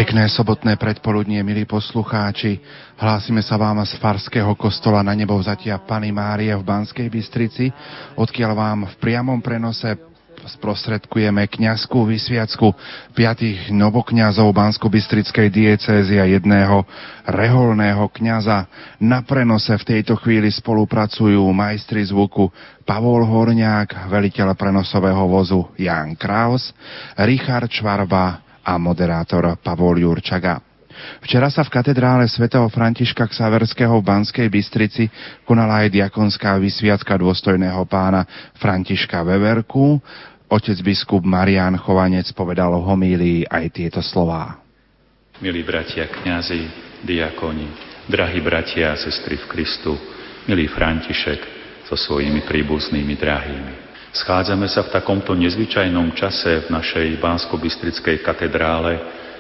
Pekné sobotné predpoludnie, milí poslucháči. Hlásime sa vám z farského kostola Na nebovzatia Panny Márie v Banskej Bystrici, odkiaľ vám v priamom prenose sprostredkujeme kňazskú vysviacku 5 novokňazov banskobystrickej diecézy a jedného reholného kňaza. Na prenose v tejto chvíli spolupracujú majstri zvuku Pavol Horňák, veliteľ prenosového vozu Ján Kraus, Richard Švarba a moderátor Pavol Jurčaga. Včera sa v katedrále svätého Františka Xaverského v Banskej Bystrici konala aj diakonská vysviacka dôstojného pána Františka Veverku. Otec biskup Marián Chovanec povedal v homílii aj tieto slová. Milí bratia kňazi, diakoni, drahí bratia a sestry v Kristu, milý František so svojimi príbuznými drahými. Schádzame sa v takomto nezvyčajnom čase v našej banskobystrickej katedrále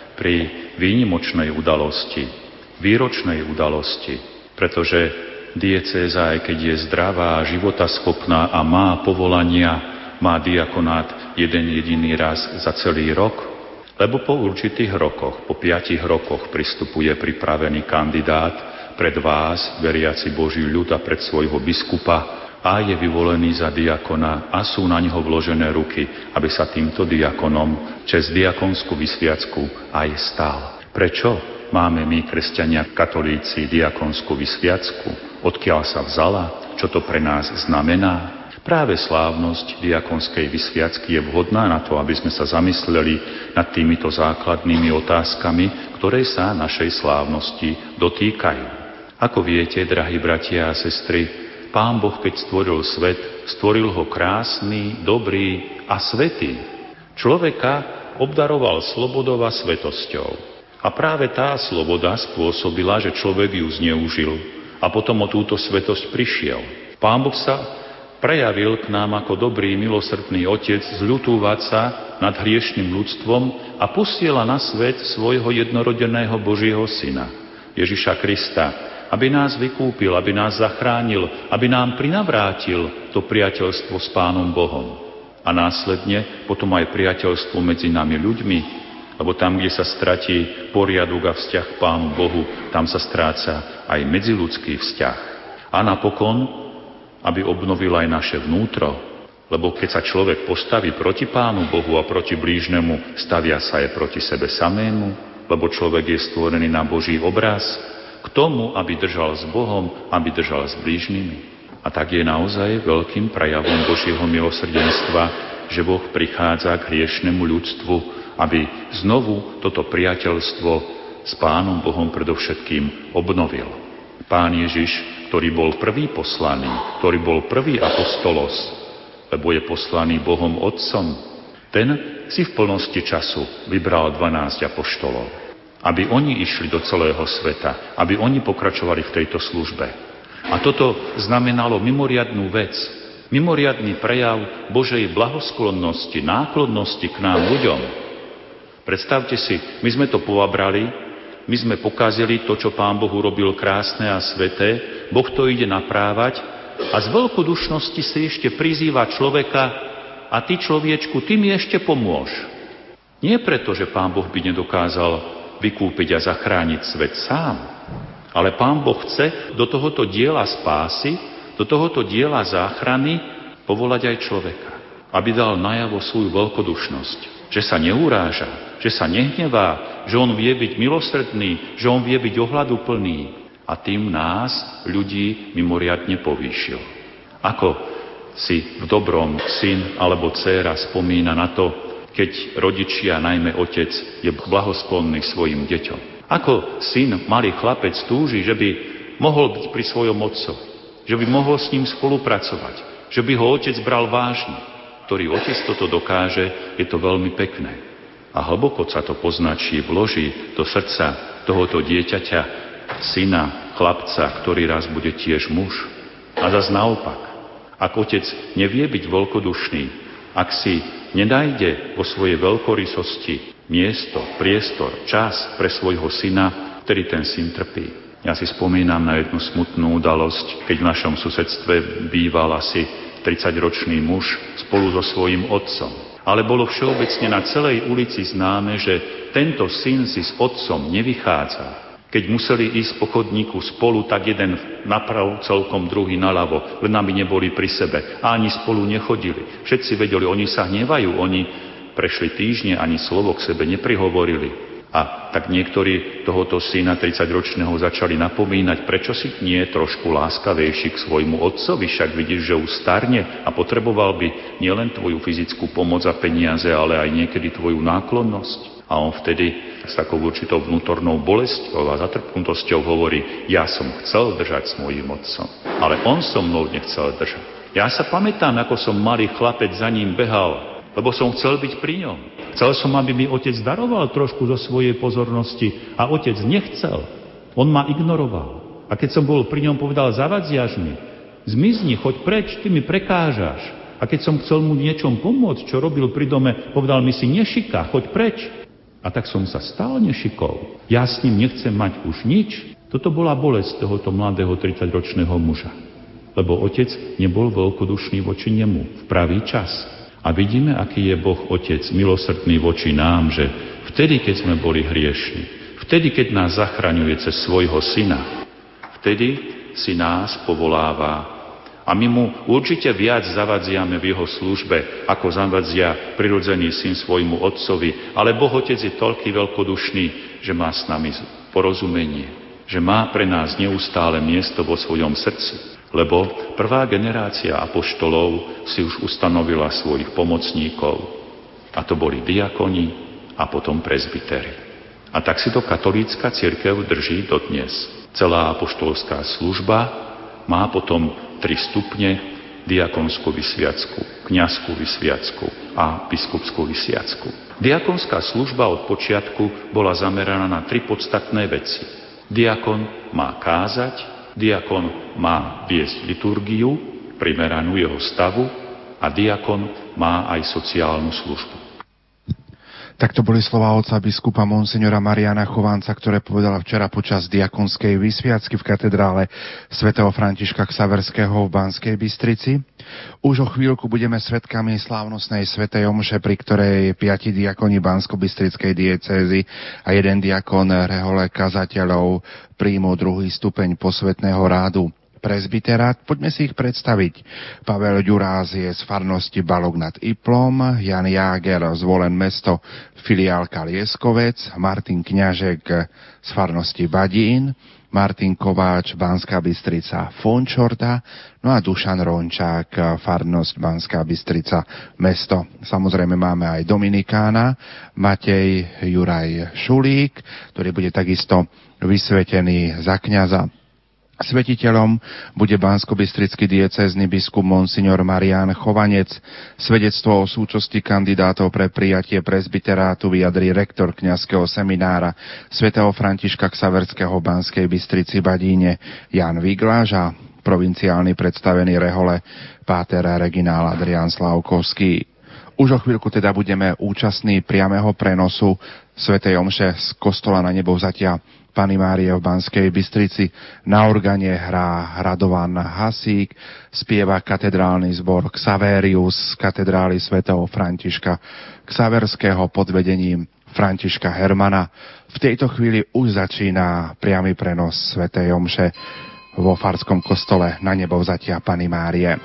pri výnimočnej udalosti, výročnej udalosti, pretože diecéza, aj keď je zdravá, životaschopná a má povolania, má diakonát jeden jediný raz za celý rok, lebo po určitých rokoch, po 5 rokoch pristupuje pripravený kandidát pred vás, veriaci Boží ľud, a pred svojho biskupa, a je vyvolený za diakona a sú na neho vložené ruky, aby sa týmto diakonom cez diakonskú vysviacku aj stal. Prečo máme my, kresťania katolíci, diakonskú vysviacku? Odkiaľ sa vzala? Čo to pre nás znamená? Práve slávnosť diakonskej vysviacky je vhodná na to, aby sme sa zamysleli nad týmito základnými otázkami, ktoré sa našej slávnosti dotýkajú. Ako viete, drahí bratia a sestry, Pán Boh, keď stvoril svet, stvoril ho krásny, dobrý a svätý. Človeka obdaroval slobodou a svätosťou. A práve tá sloboda spôsobila, že človek ju zneužil a potom o túto svätosť prišiel. Pán Boh sa prejavil k nám ako dobrý, milosrdný Otec, zľutúvať sa nad hriešným ľudstvom a posiela na svet svojho jednorodeného Božieho Syna, Ježiša Krista, aby nás vykúpil, aby nás zachránil, aby nám prinavrátil to priateľstvo s Pánom Bohom. A následne potom aj priateľstvo medzi nami ľuďmi, lebo tam, kde sa stratí poriadok a vzťah k Pánu Bohu, tam sa stráca aj medziľudský vzťah. A napokon, aby obnovil aj naše vnútro, lebo keď sa človek postaví proti Pánu Bohu a proti blížnemu, stavia sa aj proti sebe samému, lebo človek je stvorený na Boží obraz, k tomu, aby držal s Bohom, aby držal s blížnymi. A tak je naozaj veľkým prejavom Božieho milosrdenstva, že Boh prichádza k hriešnemu ľudstvu, aby znovu toto priateľstvo s Pánom Bohom predovšetkým obnovil. Pán Ježiš, ktorý bol prvý poslaný, ktorý bol prvý apostolos, lebo je poslaný Bohom Otcom, ten si v plnosti času vybral 12 apoštolov, aby oni išli do celého sveta, aby oni pokračovali v tejto službe. A toto znamenalo mimoriadnú vec, mimoriadny prejav Božej blahosklonnosti, náklonnosti k nám ľuďom. Predstavte si, my sme to povabrali, my sme pokazili to, čo Pán Boh urobil krásne a sveté, Boh to ide naprávať a z veľkodušnosti si ešte prizýva človeka a ty, človečku, ty mi ešte pomôž. Nie preto, že Pán Boh by nedokázal vykúpiť a zachrániť svet sám. Ale Pán Boh chce do tohoto diela spásy, do tohoto diela záchrany povolať aj človeka, aby dal najavo svoju veľkodušnosť, že sa neuráža, že sa nehnevá, že on vie byť milosrdný, že on vie byť ohľaduplný a tým nás, ľudí, mimoriadne povýšil. Ako si v dobrom syn alebo dcéra spomína na to, keď rodičia, najmä otec, je blahosklonný svojim deťom. Ako syn, malý chlapec túži, že by mohol byť pri svojom otcovi, že by mohol s ním spolupracovať, že by ho otec bral vážne. Ktorý otec toto dokáže, je to veľmi pekné. A hlboko sa to poznačí, vloží do srdca tohoto dieťaťa, syna, chlapca, ktorý raz bude tiež muž. A zas naopak, ak otec nevie byť veľkodušný, ak si nenájde vo svojej veľkorysosti miesto, priestor, čas pre svojho syna, ktorý ten syn trpí. Ja si spomínam na jednu smutnú udalosť, keď v našom susedstve býval asi 30-ročný muž spolu so svojím otcom. Ale bolo všeobecne na celej ulici známe, že tento syn si s otcom nevychádza. Keď museli ísť po chodníku spolu, tak jeden napravo celkom, druhý naľavo, len aby neboli pri sebe. A ani spolu nechodili. Všetci vedeli, oni sa hnevajú, oni prešli týždne, ani slovo k sebe neprihovorili. A tak niektorí tohoto syna 30-ročného začali napomínať, prečo si nie je trošku láskavejší k svojmu otcovi, však vidíš, že už starne a potreboval by nielen tvoju fyzickú pomoc a peniaze, ale aj niekedy tvoju náklonnosť. A on vtedy s takou určitou vnútornou bolesťou a zatrpknutosťou hovorí, ja som chcel držať s mojím otcom, ale on so mnou nechcel držať. Ja sa pamätám, ako som malý chlapec za ním behal, lebo som chcel byť pri ňom. Chcel som, aby mi otec daroval trošku zo svojej pozornosti a otec nechcel. On ma ignoroval. A keď som bol pri ňom, povedal, zavadziaš mi, zmizni, choď preč, ty mi prekážaš. A keď som chcel mu niečom pomôcť, čo robil pri dome, povedal mi si, nešika, choď preč. A tak som sa stal nešikou. Ja s ním nechcem mať už nič. Toto bola bolesť tohoto mladého 30-ročného muža. Lebo otec nebol veľkodušný voči nemu v pravý čas. A vidíme, aký je Boh Otec milosrdný voči nám, že vtedy, keď sme boli hriešni, vtedy, keď nás zachraňuje cez svojho syna, vtedy si nás povoláva. A my mu určite viac zavadziame v jeho službe, ako zavadzia prirodzený syn svojmu otcovi. Ale Boh Otec je toľký veľkodušný, že má s nami porozumenie, že má pre nás neustále miesto vo svojom srdci. Lebo prvá generácia apoštolov si už ustanovila svojich pomocníkov. A to boli diakoni a potom presbyteri. A tak si to katolícka cirkev drží dodnes. Celá apoštolská služba má potom 3 stupne: diakonskú vysviacku, kňazskú vysviacku a biskupskú vysviacku. Diakonská služba od počiatku bola zameraná na 3 podstatné veci. Diakon má kázať, diakon má viesť liturgiu, primeranú jeho stavu, a diakon má aj sociálnu službu. Tak to boli slová otca biskupa monsignora Mariana Chovanca, ktoré povedala včera počas diakonskej vysviacky v katedrále svätého Františka Xaverského v Banskej Bystrici. Už o chvíľku budeme svedkami slávnostnej svätej omše, pri ktorej 5 diakoni banskobystrickej diecézy a 1 diakon rehole kazateľov príjmu 2. stupeň posvätného rádu presbyterát. Poďme si ich predstaviť. Pavel Ďuráz je z farnosti Balog nad Iplom, Jan Jáger z Volen mesto, filiálka Lieskovec, Martin Kňažek z farnosti Badín, Martin Kováč, Banská Bystrica Fončorda, no a Dušan Rončák, farnosť Banská Bystrica mesto. Samozrejme máme aj Dominikána, Matej Juraj Šulík, ktorý bude takisto vysvetený za kňaza. Svetiteľom bude banskobystrický diecézny biskup monsignor Marián Chovanec. Svedectvo o súčasti kandidátov pre prijatie presbyterátu vyjadrí rektor kňazského seminára svätého Františka Xaverského v Banskej Bystrici Badíne Jan Vigláš a provinciálny predstavený rehole páter Reginál Adrián Slávkovský. Už o chvíľku teda budeme účastní priameho prenosu svätej omše z kostola Na Nebovzatia Panny Márie v Banskej Bystrici. Na organe hrá Radovan Hasík, spieva katedrálny zbor Xaverius z katedrály svätého Františka Xaverského pod vedením Františka Hermana. V tejto chvíli už začína priamy prenos svätej omše vo farskom kostole Na Nebovzatia Panny Márie.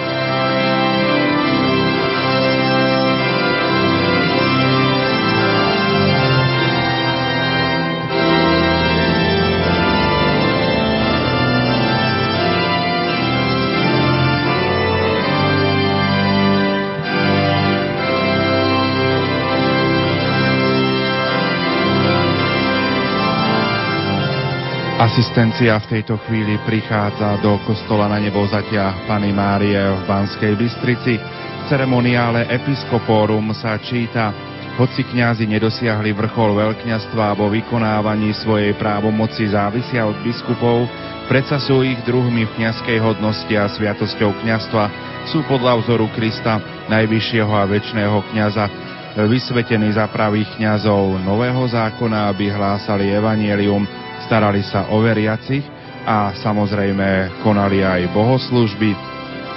Asistencia v tejto chvíli prichádza do kostola Na Nebovzatia Panny Márie v Banskej Bystrici. V ceremoniále Episkopórum sa číta: hoci kňazi nedosiahli vrchol veľkňazstva a vo vykonávaní svojej právomoci závisia od biskupov, predsa sú ich druhmi v kňazskej hodnosti a sviatosťou kňazstva sú podľa vzoru Krista, najvyššieho a večného kňaza, vysvetení za pravých kňazov nového zákona, aby hlásali evanjelium, starali sa o veriacich a samozrejme konali aj bohoslužby.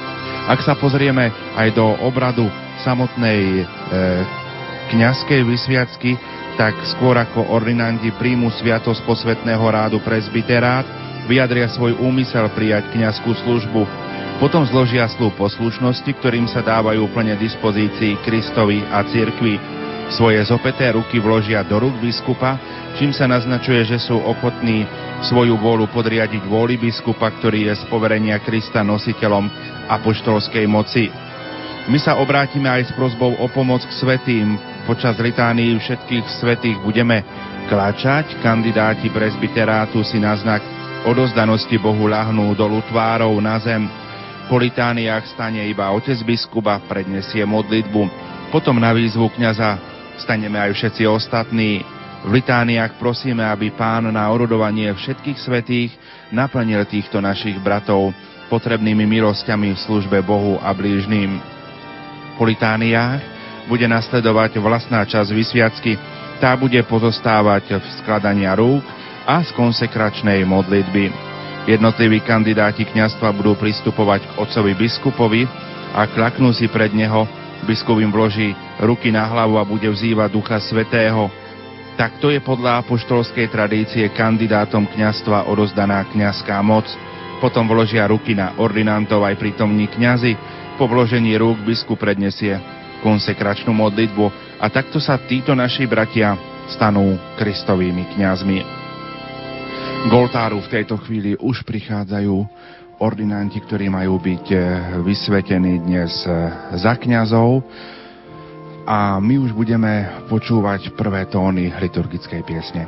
Ak sa pozrieme aj do obradu samotnej kňazskej vysviacky, tak skôr ako ordinandi príjmu sviatosť posvätného rádu presbyterát, vyjadria svoj úmysel prijať kňazskú službu. Potom zložia sľub poslušnosti, ktorým sa dávajú plne dispozícii Kristovi a cirkvi. Svoje zopäté ruky vložia do rúk biskupa, čím sa naznačuje, že sú ochotní svoju vôľu podriadiť vôli biskupa, ktorý je z poverenia Krista nositeľom apoštolskej moci. My sa obrátime aj s prosbou o pomoc k svätým. Počas litánii všetkých svätých budeme kláčať. Kandidáti presbyterátu si na znak odozdanosti Bohu ľahnú dolu tvárou na zem. Po litániách stane iba otec biskupa, predniesie modlitbu. Potom na výzvu kňaza staneme aj všetci ostatní. V litániách prosíme, aby Pán na orodovanie všetkých svätých naplnil týchto našich bratov potrebnými milosťami v službe Bohu a blížnym. Po litániách bude nasledovať vlastná časť vysviacky. Tá bude pozostávať v skladania rúk a z konsekračnej modlitby. Jednotliví kandidáti kňazstva budú pristupovať k otcovi biskupovi a kľaknú si pred neho. Biskup im vloží ruky na hlavu a bude vzývať Ducha Svätého. Takto je podľa apoštolskej tradície kandidátom kňazstva odozdaná kňazská moc. Potom vložia ruky na ordinantov aj prítomní kňazi. Po vložení rúk biskup predniesie konsekračnú modlitbu a takto sa títo naši bratia stanú Kristovými kňazmi. K oltáru v tejto chvíli už prichádzajú ordinanti, ktorí majú byť vysvetení dnes za kňazov a my už budeme počúvať prvé tóny liturgickej piesne.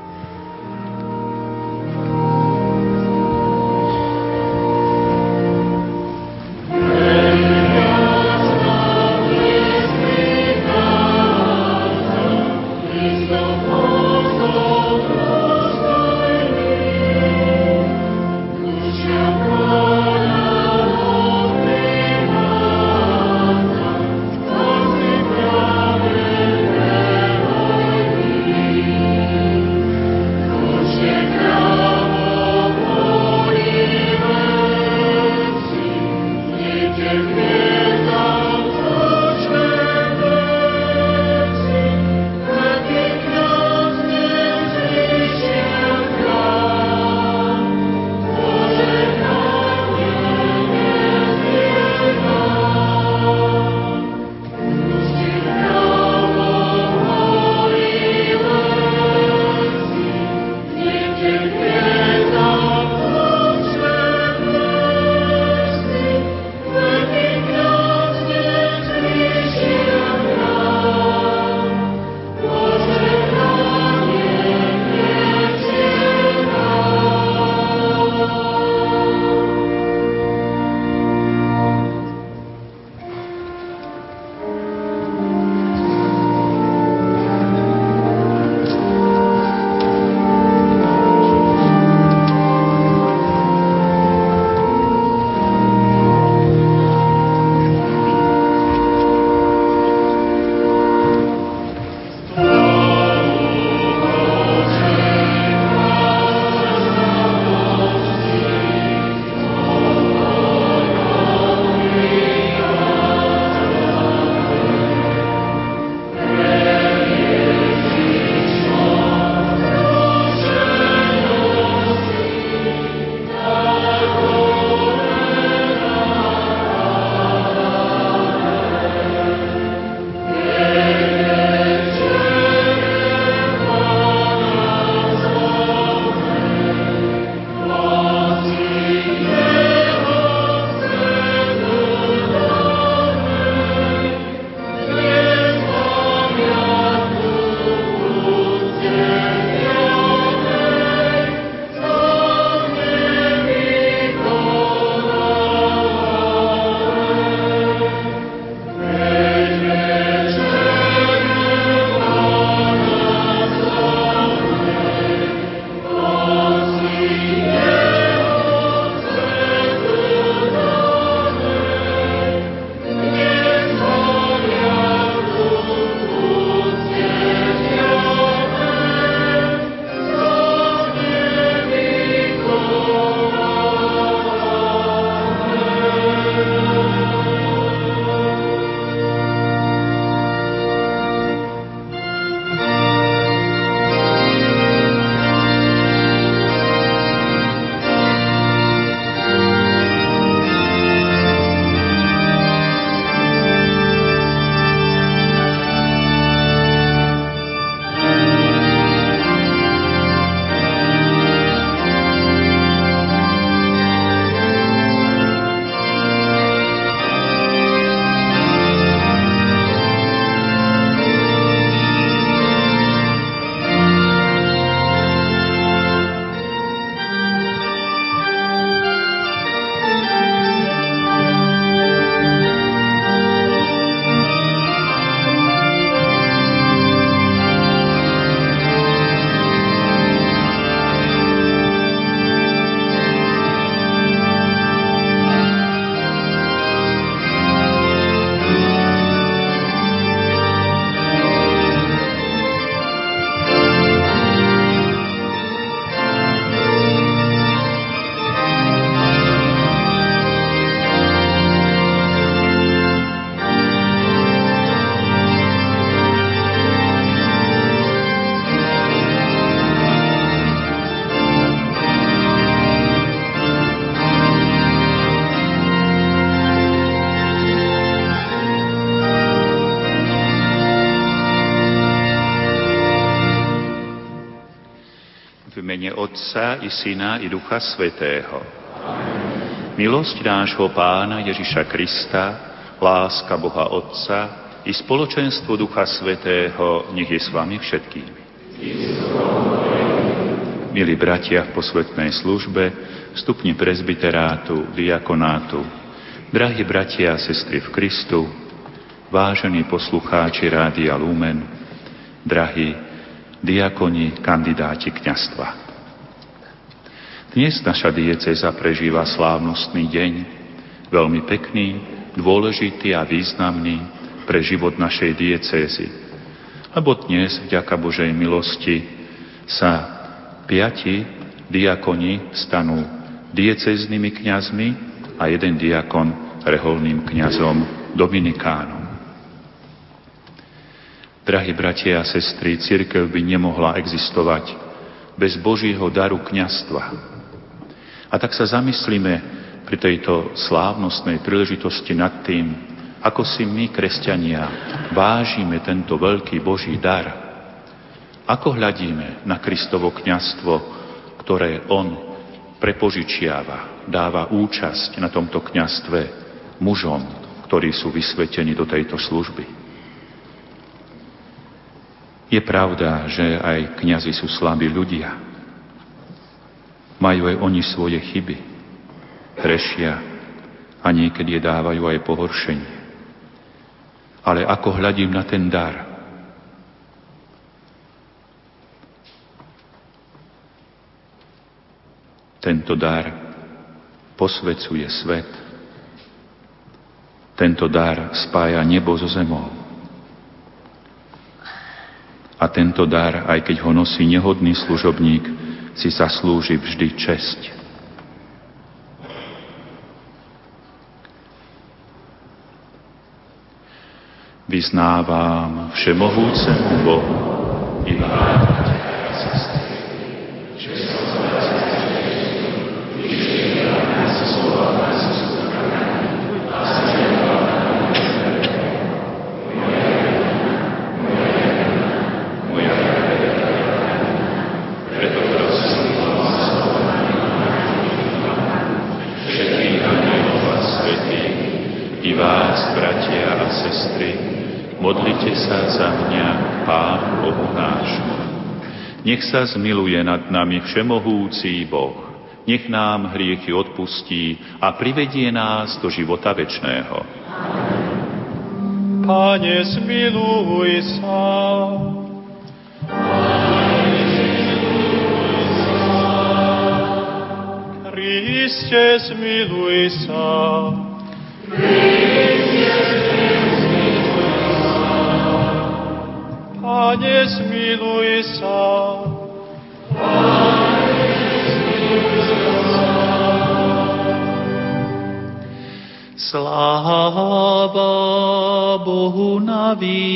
Otca i Syna i Ducha Svätého. Milosť nášho Pána Ježiša Krista, láska Boha Otca i spoločenstvo Ducha Svätého nech je s vami všetkými. Milí bratia v posvätnej službe, stupni presbyterátu, diakonátu, drahí bratia a sestry v Kristu, vážení poslucháči Rádia Lumen, drahí diakoni, kandidáti kňazstva. Dnes naša diecéza prežíva slávnostný deň, veľmi pekný, dôležitý a významný pre život našej diecézy. Lebo dnes, vďaka Božej milosti, sa 5 diakoni stanú diecéznymi kňazmi a 1 diakon reholným kňazom dominikánom. Drahí bratia a sestry, cirkev by nemohla existovať bez Božieho daru kňazstva. A tak sa zamyslíme pri tejto slávnostnej príležitosti nad tým, ako si my, kresťania, vážime tento veľký Boží dar. Ako hľadíme na Kristovo kňazstvo, ktoré on prepožičiava, dáva účasť na tomto kňazstve mužom, ktorí sú vysvetení do tejto služby. Je pravda, že aj kňazi sú slabí ľudia. Majú aj oni svoje chyby, hrešia a niekedy dávajú aj pohoršenie. Ale ako hľadím na ten dar? Tento dar posvecuje svet. Tento dar spája nebo so zemou. A tento dar, aj keď ho nosí nehodný služobník, si zaslúži vždy česť. Vyznávam všemohúcemu Bohu i vám, modlite sa za mňa k Pánu Bohu nášmu. Nech sa zmiluje nad nami všemohúci Boh. Nech nám hriechy odpustí a privedie nás do života večného. Pane, zmiluj sa. Kriste, zmiluj sa. Pane, zmiluj sa. Sláva Bohu na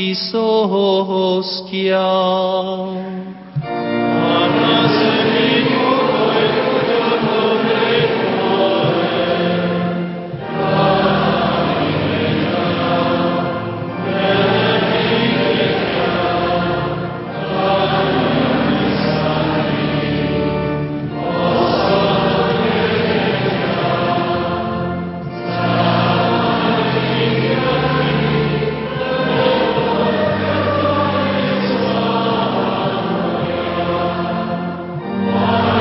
výsostiach. A na zemi pokoj ľuďom dobrej vôle. Amen.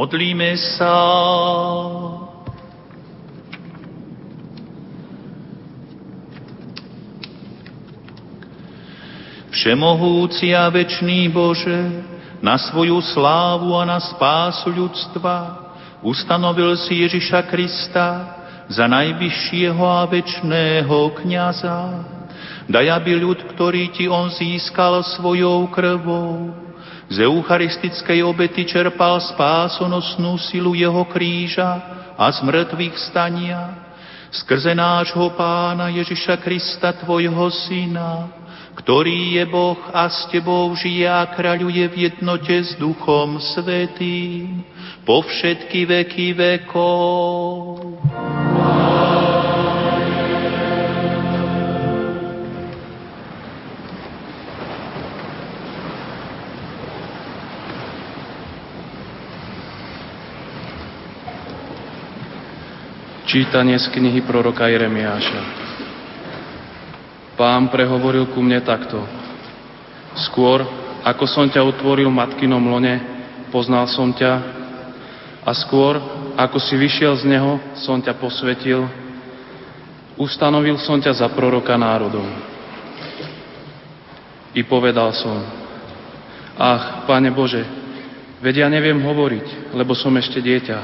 Modlíme sa. Všemohúci a večný Bože, na svoju slávu a na spásu ľudstva ustanovil si Ježiša Krista za najvyššieho a večného kňaza. Daj, aby ľud, ktorý ti on získal svojou krvou, z eucharistickej obety čerpal spásonosnú silu jeho kríža a z mŕtvych vstania, skrze nášho Pána Ježiša Krista, tvojho Syna, ktorý je Boh a s tebou žije a kráľuje v jednote s Duchom Svätým po všetky veky vekov. Čítanie z knihy proroka Jeremiáša. Pán prehovoril ku mne takto. Skôr, ako som ťa utvoril v matkinom lone, poznal som ťa, a skôr, ako si vyšiel z neho, som ťa posvetil, ustanovil som ťa za proroka národov. I povedal som, ach, Pane Bože, veď ja neviem hovoriť, lebo som ešte dieťa.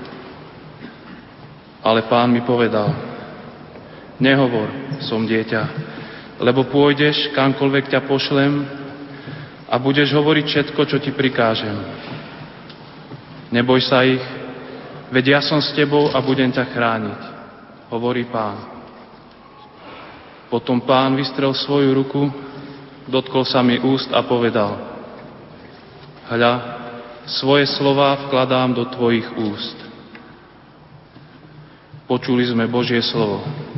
Ale Pán mi povedal, nehovor, som dieťa, lebo pôjdeš, kamkoľvek ťa pošlem a budeš hovoriť všetko, čo ti prikážem. Neboj sa ich, veď ja som s tebou a budem ťa chrániť, hovorí Pán. Potom Pán vystrel svoju ruku, dotkol sa mi úst a povedal, hľa, svoje slová vkladám do tvojich úst. Počuli sme Božie slovo.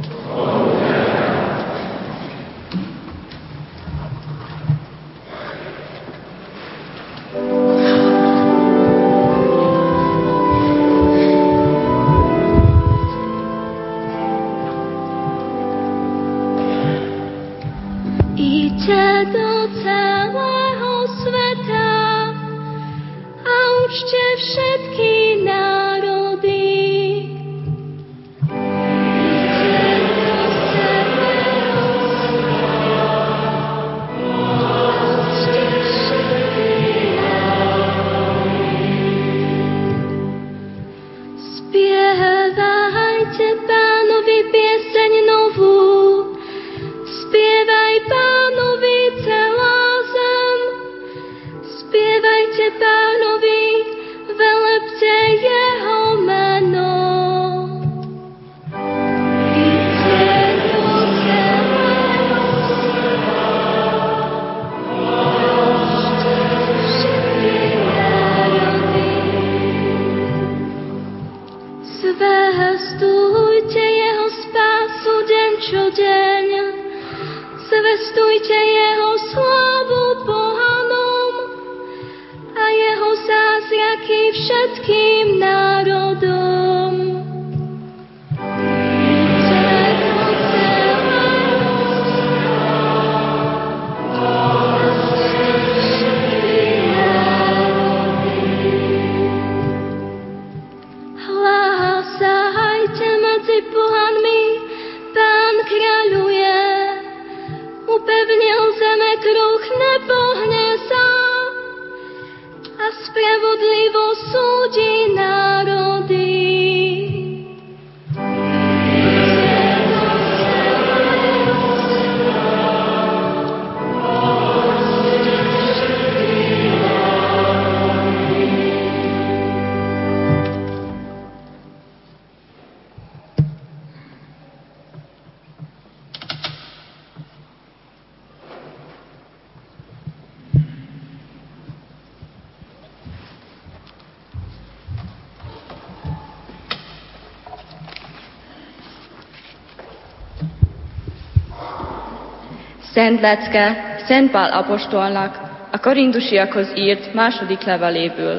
Szent lecke Szent Pál apostolnak a korintusiakhoz írt második leveléből.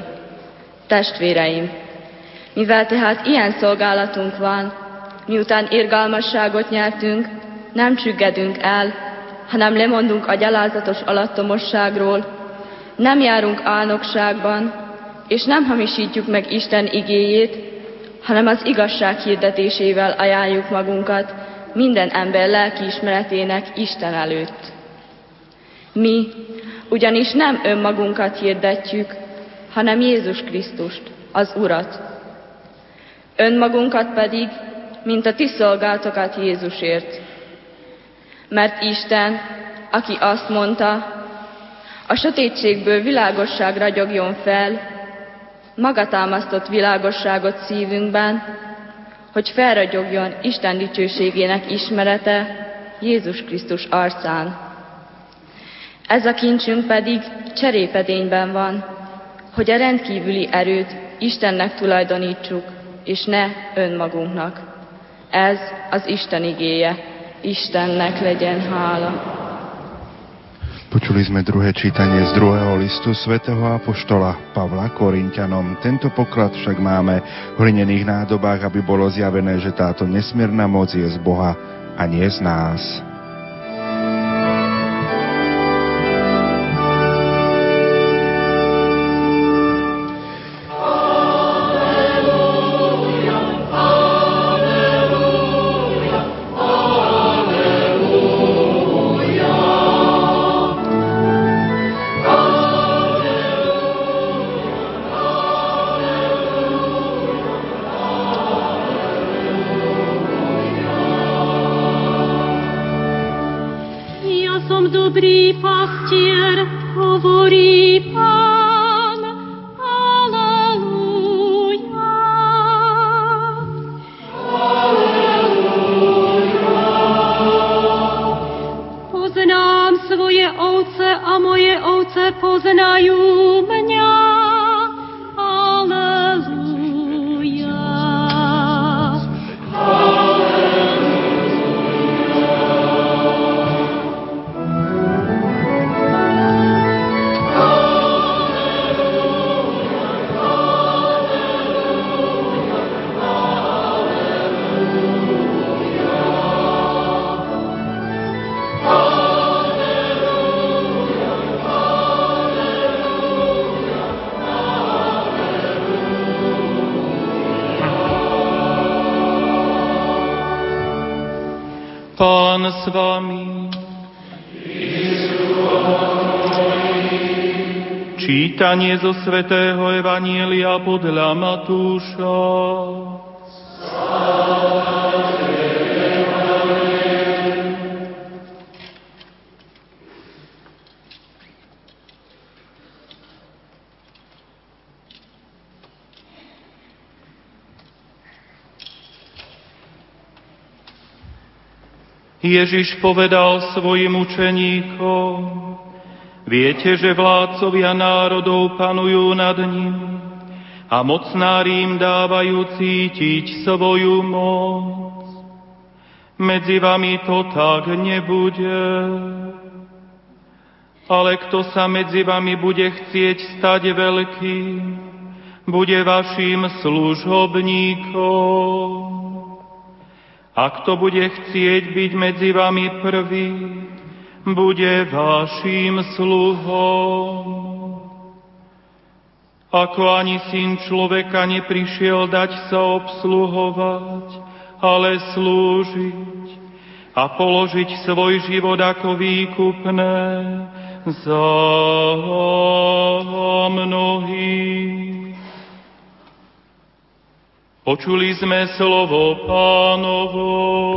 Testvéreim, mivel tehát ilyen szolgálatunk van, miután irgalmasságot nyertünk, nem csüggedünk el, hanem lemondunk a gyalázatos alattomosságról, nem járunk álnokságban, és nem hamisítjuk meg Isten igéjét, hanem az igazság hirdetésével ajánljuk magunkat minden ember lelkiismeretének Isten előtt. Mi ugyanis nem önmagunkat hirdetjük, hanem Jézus Krisztust, az Urat. Önmagunkat pedig, mint a ti szolgáltokat Jézusért. Mert Isten, aki azt mondta, a sötétségből világosság ragyogjon fel, maga támasztott világosságot szívünkben, hogy felragyogjon Isten dicsőségének ismerete Jézus Krisztus arcán. Ez a kincsünk pedig cserépedényben van, hogy a rendkívüli erőt Istennek tulajdonítsuk, és ne önmagunknak. Ez az Isten igéje. Istennek legyen hála. Počuli sme druhé čítanie z druhého listu svätého apoštola Pavla Korinťanom. Tento poklad však máme v hlinených nádobách, aby bolo zjavené, že táto nesmierna moc je z Boha a nie z nás. Pán s vami. Čítanie zo svätého Evanielia podľa Matúša. Ježiš povedal svojim učeníkom: viete, že vládcovia národov panujú nad ním a mocnári im dávajú cítiť svoju moc. Medzi vami to tak nebude. Ale kto sa medzi vami bude chcieť stať veľkým, bude vašim služobníkom. A kto bude chcieť byť medzi vami prvý, bude vaším sluhom. Ako ani Syn človeka neprišiel dať sa obsluhovať, ale slúžiť a položiť svoj život ako výkupné za mnohých. Počuli sme slovo Pánovo.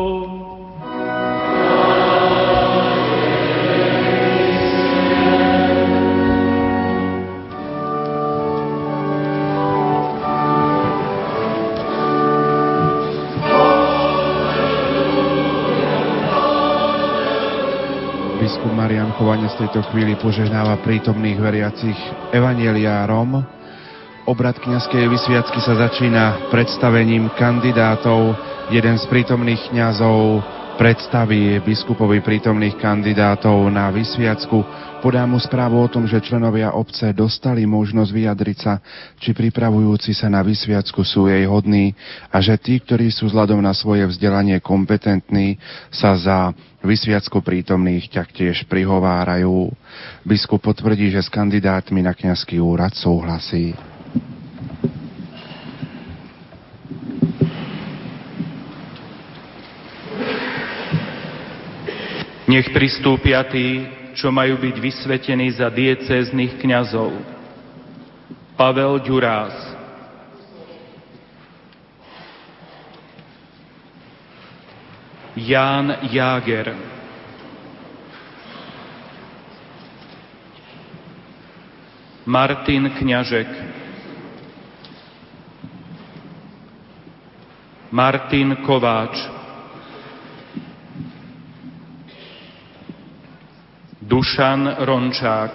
Biskup Marián Chovanec v tejto chvíli požehnáva prítomných veriacich evanjeliárom. Obrad kňazskej vysviacky sa začína predstavením kandidátov. Jeden z prítomných kňazov predstaví biskupovi prítomných kandidátov na vysviacku. Podá mu správu o tom, že členovia obce dostali možnosť vyjadriť sa, či pripravujúci sa na vysviacku sú jej hodní a že tí, ktorí sú vzhľadom na svoje vzdelanie kompetentní, sa za vysviacku prítomných taktiež prihovárajú. Biskup potvrdí, že s kandidátmi na kňazský úrad súhlasí. Nech pristúpia tí, čo majú byť vysvetení za diecéznych kňazov. Pavel Ďurás, Ján Jáger, Martin Kňažek, Martin Kováč, Dušan Rončák,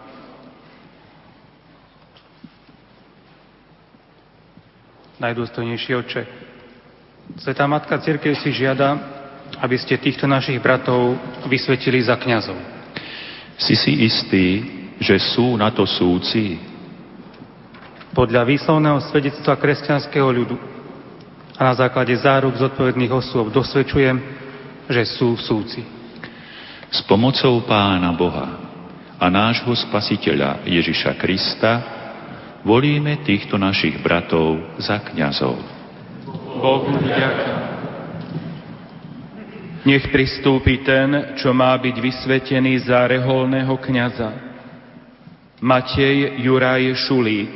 Najdôstojnejší Otče, Svätá Matka Cirkev si žiada, aby ste týchto našich bratov vysvetili za kňazov. Si istý, že sú na to súci? Podľa výslovného svedectva kresťanského ľudu a na základe záruk zodpovedných osôb dosvedčujem, že sú súci. S pomocou Pána Boha a nášho Spasiteľa Ježiša Krista volíme týchto našich bratov za kňazov. Bohu vďaka. Nech pristúpi ten, čo má byť vysvetený za reholného kňaza. Matej Juraj Šulík.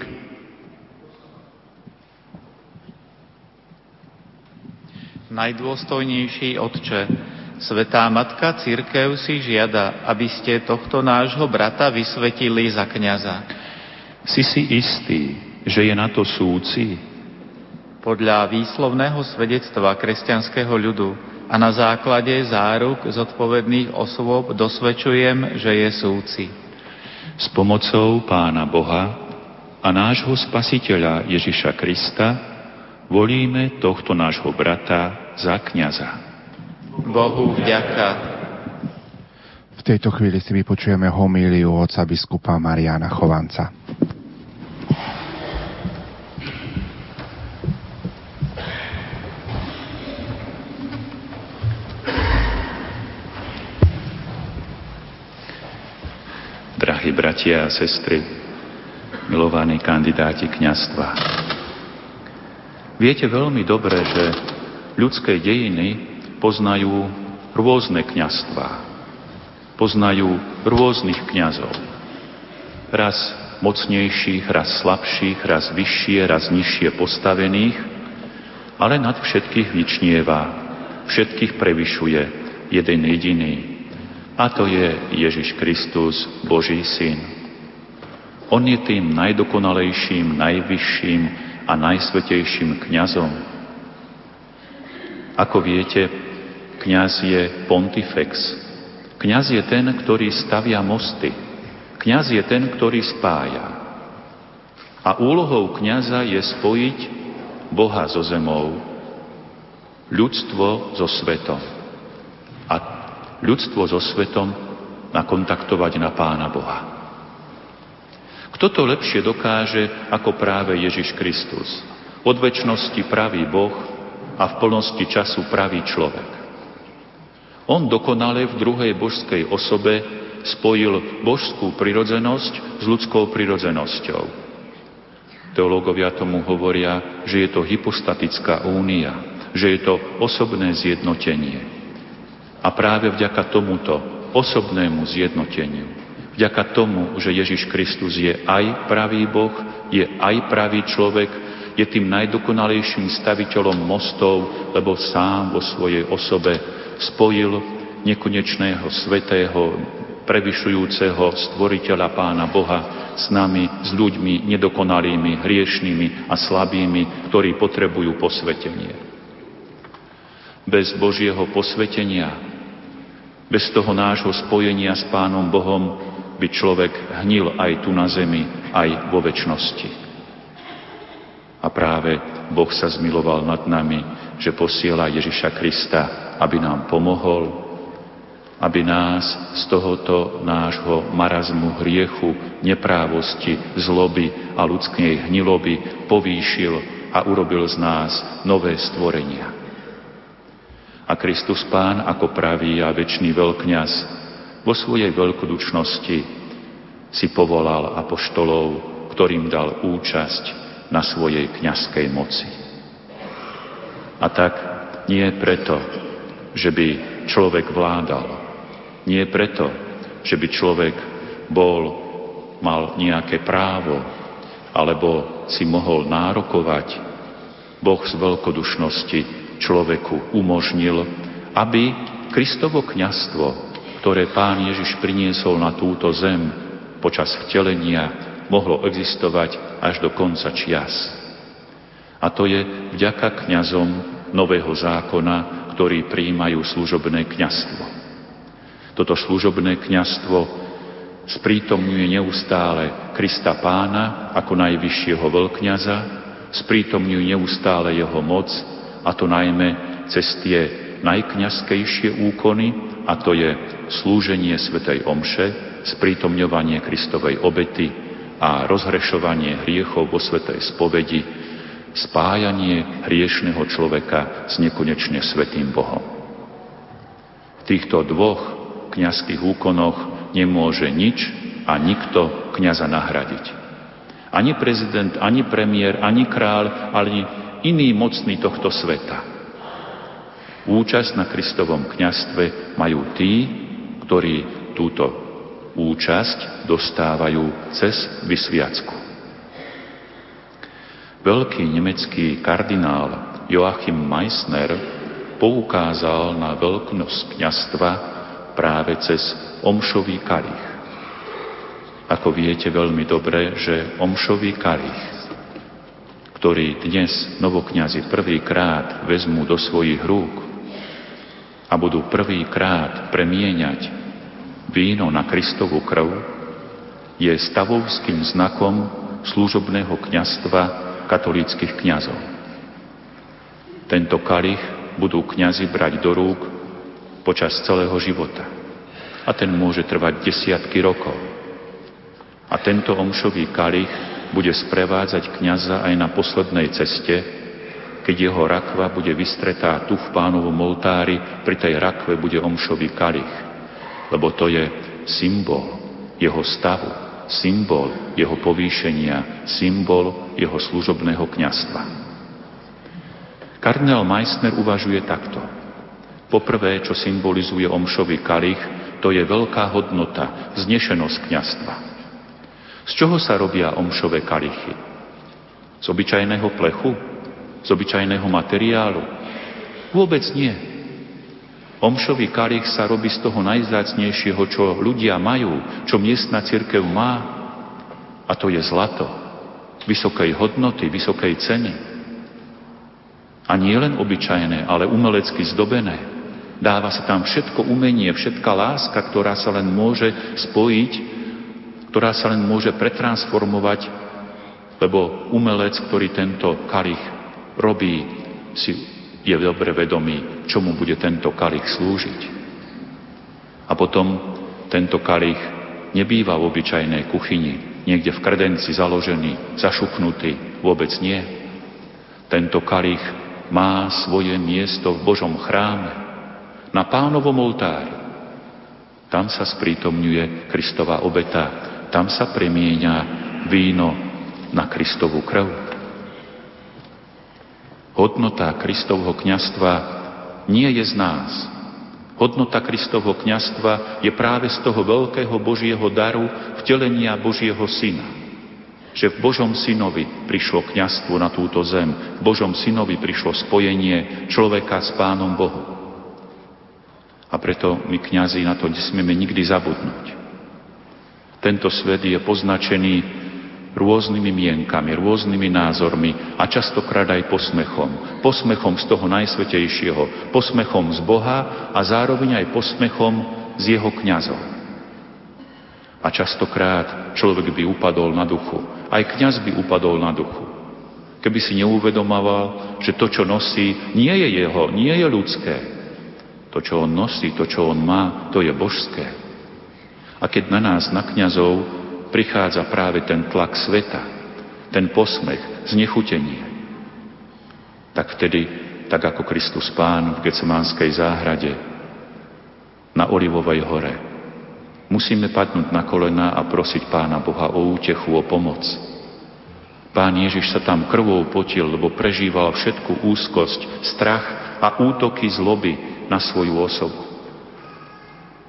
Najdôstojnejší Otče, Svätá Matka Cirkev si žiada, aby ste tohto nášho brata vysvetili za kňaza. Si istý, že je na to súci? Podľa výslovného svedectva kresťanského ľudu a na základe záruk zodpovedných osôb dosvedčujem, že je súci. S pomocou Pána Boha a nášho Spasiteľa Ježiša Krista volíme tohto nášho brata za kňaza. Bohu vďaka. V tejto chvíli si vypočujeme homíliu otca biskupa Mariána Chovanca. Drahí bratia a sestry, milovaní kandidáti kňazstva, viete veľmi dobre, že ľudské dejiny poznajú rôzne kňazstvá, poznajú rôznych kňazov. Raz mocnejších, raz slabších, raz vyššie, raz nižšie postavených, ale nad všetkých vyčnieva, všetkých prevyšuje jeden jediný, a to je Ježiš Kristus, Boží Syn. On je tým najdokonalejším, najvyšším a najsvätejším kňazom. Ako viete, kňaz je pontifex. Kňaz je ten, ktorý stavia mosty. Kňaz je ten, ktorý spája. A úlohou kňaza je spojiť Boha so zemou, ľudstvo so svetom. A ľudstvo so svetom nakontaktovať na Pána Boha. Kto to lepšie dokáže, ako práve Ježiš Kristus? Od večnosti pravý Boh a v plnosti času pravý človek. On dokonale v druhej božskej osobe spojil božskú prirodzenosť s ľudskou prirodzenosťou. Teológovia tomu hovoria, že je to hypostatická únia, že je to osobné zjednotenie. A práve vďaka tomuto osobnému zjednoteniu, vďaka tomu, že Ježiš Kristus je aj pravý Boh, je aj pravý človek, je tým najdokonalejším staviteľom mostov, lebo sám vo svojej osobe spojil nekonečného, svätého, prevyšujúceho stvoriteľa Pána Boha s nami, s ľuďmi nedokonalými, hriešnými a slabými, ktorí potrebujú posvetenie. Bez Božieho posvetenia, bez toho nášho spojenia s Pánom Bohom by človek hnil aj tu na zemi, aj vo večnosti. A práve Boh sa zmiloval nad nami, že posiela Ježiša Krista, aby nám pomohol, aby nás z tohoto nášho marazmu hriechu, neprávosti, zloby a ľudskej hniloby povýšil a urobil z nás nové stvorenia. A Kristus Pán ako pravý a večný veľkňaz vo svojej veľkodušnosti si povolal apoštolov, ktorým dal účasť na svojej kňazskej moci. A tak nie preto, že by človek vládal, Nie preto, že by človek mal nejaké právo, alebo si mohol nárokovať. Boh z veľkodušnosti človeku umožnil, aby Kristovo kňazstvo, ktoré Pán Ježiš priniesol na túto zem počas vtelenia, mohlo existovať až do konca čias. A to je vďaka kňazom Nového zákona, ktorí prijímajú služobné kňazstvo. Toto služobné kňazstvo sprítomňuje neustále Krista Pána ako najvyššieho veľkňaza, sprítomňuje neustále jeho moc, a to najmä cez tie najkňazskejšie úkony, a to je slúženie svätej omše, sprítomňovanie Kristovej obety a rozhrešovanie hriechov vo svätej spovedi, spájanie hriešneho človeka s nekonečne svätým Bohom. V týchto dvoch kňazských úkonoch nemôže nič a nikto kňaza nahradiť. Ani prezident, ani premiér, ani kráľ, ani iný mocný tohto sveta. Účasť na Kristovom kňazstve majú tí, ktorí túto účasť dostávajú cez vysviacku. Veľký nemecký kardinál Joachim Meissner poukázal na veľknosť kňazstva práve cez omšový kalich. Ako viete veľmi dobre, že omšový kalich, ktorý dnes novokňazi prvýkrát vezmú do svojich rúk a budú prvýkrát premieňať víno na Kristovu krv, je stavovským znakom služobného kňazstva katolíckych kňazov. Tento kalich budú kňazi brať do rúk počas celého života. A ten môže trvať desiatky rokov. A tento omšový kalich bude sprevádzať kňaza aj na poslednej ceste, keď jeho rakva bude vystretá tu v Pánovom oltári, pri tej rakve bude omšový kalich, lebo to je symbol jeho stavu, symbol jeho povýšenia, symbol jeho služobného kňazstva. Kardinál Meissner uvažuje takto. Poprvé, čo symbolizuje omšový kalich, to je veľká hodnota, vznešenosť kňazstva. Z čoho sa robia omšové kalichy? Z obyčajného plechu? Z obyčajného materiálu? Vôbec nie. Omšový kalich sa robí z toho najvzácnejšieho, čo ľudia majú, čo miestna cirkev má, a to je zlato. Vysokej hodnoty, vysokej ceny. A nie len obyčajné, ale umelecky zdobené. Dáva sa tam všetko umenie, všetká láska, ktorá sa len môže spojiť, ktorá sa len môže pretransformovať, lebo umelec, ktorý tento kalich robí, si je dobre vedomý, čomu bude tento kalich slúžiť. A potom tento kalich nebýva v obyčajnej kuchyni, niekde v kredenci založený, zašupnutý, vôbec nie. Tento kalich má svoje miesto v Božom chráme, na Pánovom oltári. Tam sa sprítomňuje Kristova obeta, tam sa premieňa víno na Kristovu krv. Hodnota Kristovho kňazstva nie je z nás. Hodnota Kristovho kňazstva je práve z toho veľkého Božieho daru vtelenia Božieho Syna. Že v Božom Synovi prišlo kňazstvo na túto zem, v Božom Synovi prišlo spojenie človeka s Pánom Bohom. A preto my, kňazi, na to nesmieme nikdy zabudnúť. Tento svet je poznačený rôznymi mienkami, rôznymi názormi a častokrát aj posmechom. Posmechom z toho najsvätejšieho, posmechom z Boha a zároveň aj posmechom z jeho kňazov. A častokrát človek by upadol na duchu. Aj kňaz by upadol na duchu. Keby si neuvedomoval, že to, čo nosí, nie je jeho, nie je ľudské. To, čo on nosí, to, čo on má, to je božské. A keď na nás, na kňazov, prichádza práve ten tlak sveta, ten posmech, znechutenie, tak vtedy, tak ako Kristus Pán v Getsemánskej záhrade, na Olivovej hore, musíme padnúť na kolená a prosiť Pána Boha o útechu, o pomoc. Pán Ježiš sa tam krvou potil, lebo prežíval všetku úzkosť, strach a útoky zloby na svoju osobu.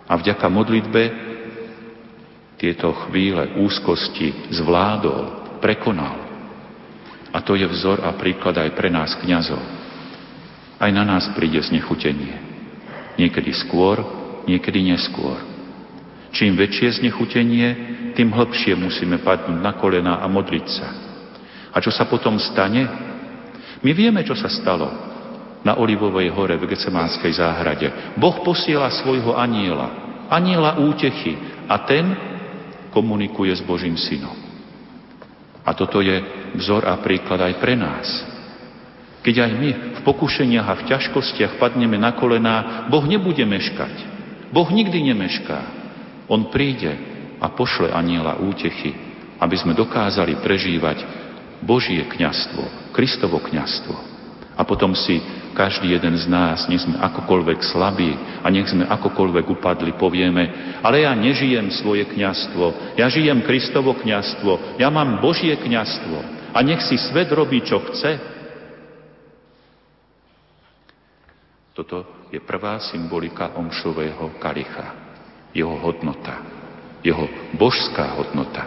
A vďaka modlitbe tieto chvíle úzkosti zvládol, prekonal. A to je vzor a príklad aj pre nás, kňazov. Aj na nás príde znechutenie. Niekedy skôr, niekedy neskôr. Čím väčšie znechutenie, tým hlbšie musíme padnúť na kolená a modliť sa. A čo sa potom stane? My vieme, čo sa stalo na Olivovej hore v Getsemánskej záhrade. Boh posiela svojho anjela útechy, a ten komunikuje s Božím synom. A toto je vzor a príklad aj pre nás. Keď aj my v pokušeniach a v ťažkostiach padneme na kolená, Boh nebude meškať. Boh nikdy nemešká. On príde a pošle anjela útechy, aby sme dokázali prežívať Božie kňazstvo, Kristovo kňazstvo. A potom si každý jeden z nás, nech sme akokoľvek slabí a nech sme akokoľvek upadli, povieme, ale ja nežijem svoje kňazstvo, ja žijem Kristovo kňazstvo, ja mám Božie kňazstvo a nech si svet robí, čo chce. Toto je prvá symbolika omšového kalicha, jeho hodnota, jeho božská hodnota.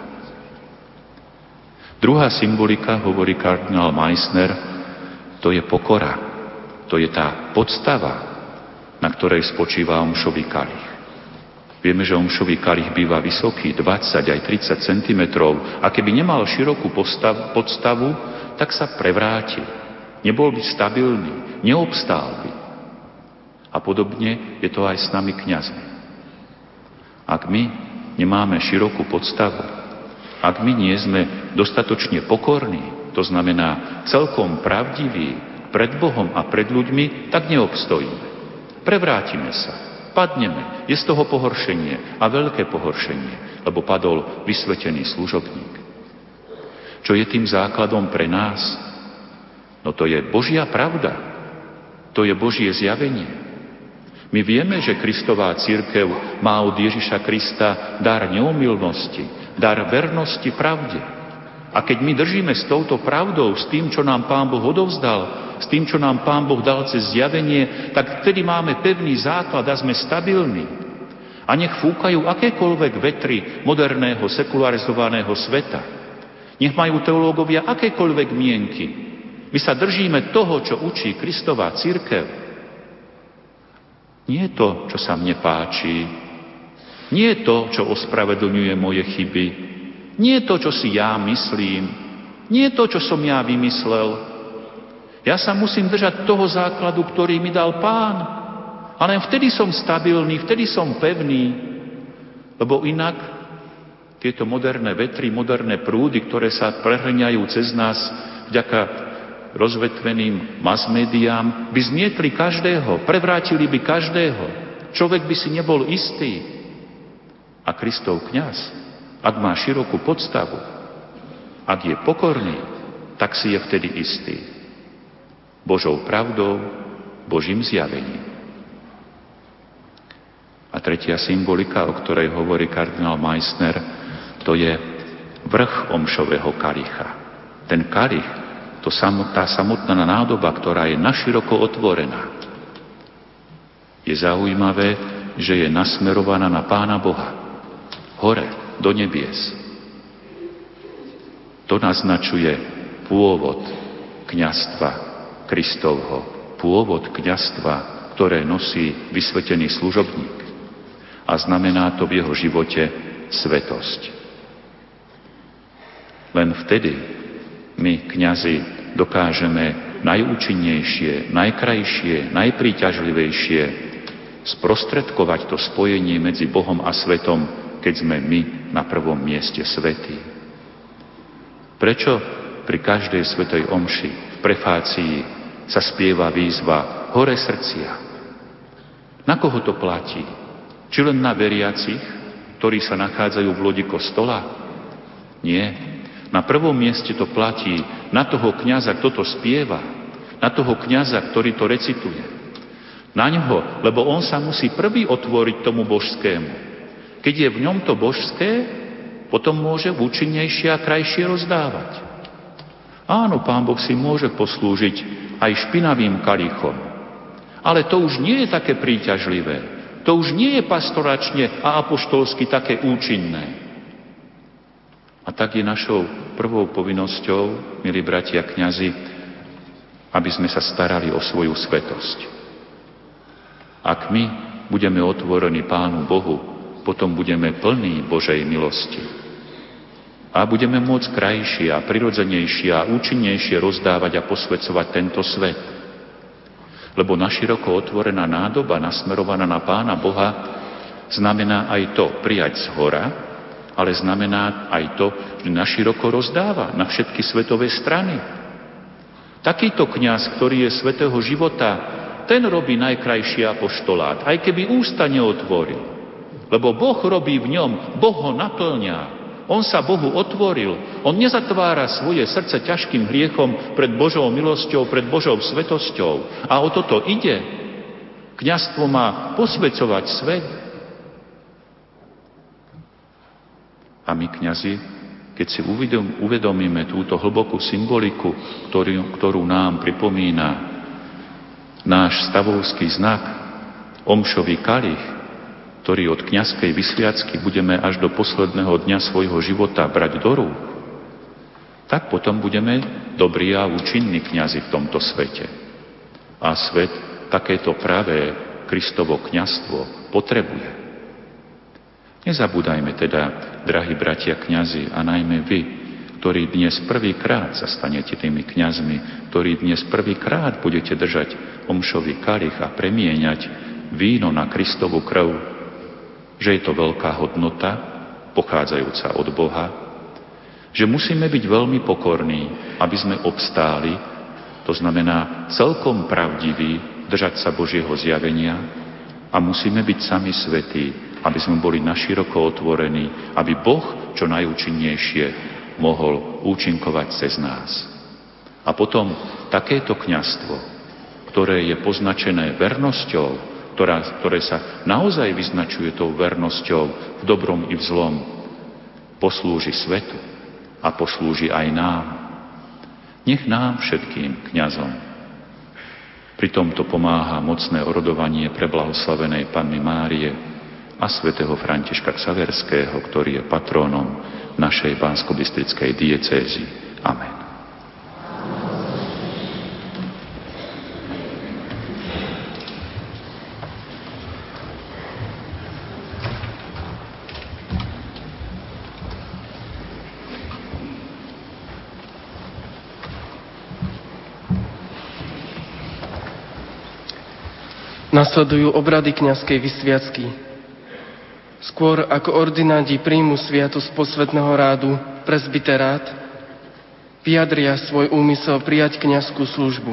Druhá symbolika, hovorí kardinál Meissner, to je pokora. To je tá podstava, na ktorej spočíva omšový kalich. Vieme, že omšový kalich býva vysoký, 20 aj 30 cm, a keby nemal širokú podstavu, tak sa prevráti. Nebol by stabilný, neobstál by. A podobne je to aj s nami kňazmi. Ak my nemáme širokú podstavu, ak my nie sme dostatočne pokorní, to znamená celkom pravdiví pred Bohom a pred ľuďmi, tak neobstojíme. Prevrátime sa, padneme, je z toho pohoršenie a veľké pohoršenie, lebo padol vysvetený služobník. Čo je tým základom pre nás? No to je Božia pravda, to je Božie zjavenie. My vieme, že Kristová cirkev má od Ježiša Krista dar neomylnosti, dar vernosti pravde. A keď my držíme s touto pravdou, s tým, čo nám Pán Boh odovzdal, s tým, čo nám Pán Boh dal cez zjavenie, tak vtedy máme pevný základ a sme stabilní. A nech fúkajú akékoľvek vetry moderného, sekularizovaného sveta. Nech majú teológovia akékoľvek mienky. My sa držíme toho, čo učí Kristová cirkev. Nie to, čo sa mne páči, nie to, čo ospravedlňuje moje chyby, nie to, čo si ja myslím, nie to, čo som ja vymyslel. Ja sa musím držať toho základu, ktorý mi dal Pán. A len vtedy som stabilný, vtedy som pevný, lebo inak tieto moderné vetry, moderné prúdy, ktoré sa prehrňajú cez nás vďaka rozvetveným mass-médiám, by zmietli každého, prevrátili by každého. Človek by si nebol istý. A Kristov kňaz, ak má širokú podstavu, ak je pokorný, tak si je vtedy istý. Božou pravdou, Božím zjavením. A tretia symbolika, o ktorej hovorí kardinál Meissner, to je vrch omšového kalicha. Ten kalich, tá samotná nádoba, ktorá je naširoko otvorená. Je zaujímavé, že je nasmerovaná na Pána Boha. Hore, do nebies. To naznačuje pôvod kňazstva Kristovho. Pôvod kňazstva, ktoré nosí vysvetený služobník. A znamená to v jeho živote svetosť. Len vtedy my, kňazi, dokážeme najúčinnejšie, najkrajšie, najpríťažlivejšie sprostredkovať to spojenie medzi Bohom a svetom, keď sme my na prvom mieste svätí. Prečo pri každej svätej omši v prefácii sa spieva výzva Hore srdcia? Na koho to platí? Či len na veriacich, ktorí sa nachádzajú v lodi kostola? Nie. Na prvom mieste to platí na toho kňaza, kto to spieva, na toho kňaza, ktorý to recituje. Na ňoho, lebo on sa musí prvý otvoriť tomu božskému. Keď je v ňom to božské, potom môže účinnejšie a krajšie rozdávať. Áno, Pán Boh si môže poslúžiť aj špinavým kalichom, ale to už nie je také príťažlivé. To už nie je pastoračne a apoštolsky také účinné. A tak je našou prvou povinnosťou, milí bratia kňazi, aby sme sa starali o svoju svetosť. Ak my budeme otvorení Pánu Bohu, potom budeme plní Božej milosti. A budeme môcť krajšie a prirodzenejšie a účinnejšie rozdávať a posvedzovať tento svet. Lebo naširoko otvorená nádoba nasmerovaná na Pána Boha znamená aj to prijať zhora, ale znamená aj to, že naširoko rozdáva na všetky svetové strany. Takýto kňaz, ktorý je svätého života, ten robí najkrajší apoštolát, aj keby ústa neotvoril. Lebo Boh robí v ňom, Boh ho naplňa. On sa Bohu otvoril. On nezatvára svoje srdce ťažkým hriechom pred Božou milosťou, pred Božou svetosťou. A o toto ide. Kňazstvo má posvedzovať svet. A my, kňazi, keď si uvedomíme túto hlbokú symboliku, ktorú nám pripomína náš stavovský znak, omšový kalich, ktorý od kňazskej vysviacky budeme až do posledného dňa svojho života brať do rúk, tak potom budeme dobrí a účinní kňazi v tomto svete. A svet takéto pravé Kristovo kňazstvo potrebuje. Nezabúdajme teda, drahí bratia kňazi, a najmä vy, ktorí dnes prvýkrát sa stanete tými kňazmi, ktorí dnes prvýkrát budete držať omšový kalich a premieňať víno na Kristovu krv, že je to veľká hodnota, pochádzajúca od Boha, že musíme byť veľmi pokorní, aby sme obstáli, to znamená celkom pravdiví, držať sa Božieho zjavenia, a musíme byť sami svätí, aby sme boli naširoko otvorení, aby Boh čo najúčinnejšie mohol účinkovať cez nás. A potom takéto kňazstvo, ktoré je poznačené vernosťou, ktoré sa naozaj vyznačuje tou vernosťou v dobrom i v zlom, poslúži svetu a poslúži aj nám. Nech nám všetkým kňazom pri tomto pomáha mocné orodovanie preblahoslavenej Panny Márie a svätého Františka Xaverského, ktorý je patrónom našej banskobystrickej diecézy. Amen. Nasledujú obrady kňazskej vysviacky. Skôr ako ordináti príjmu sviatosť posvätného rádu, presbyterát, vyjadria svoj úmysel prijať kňazskú službu.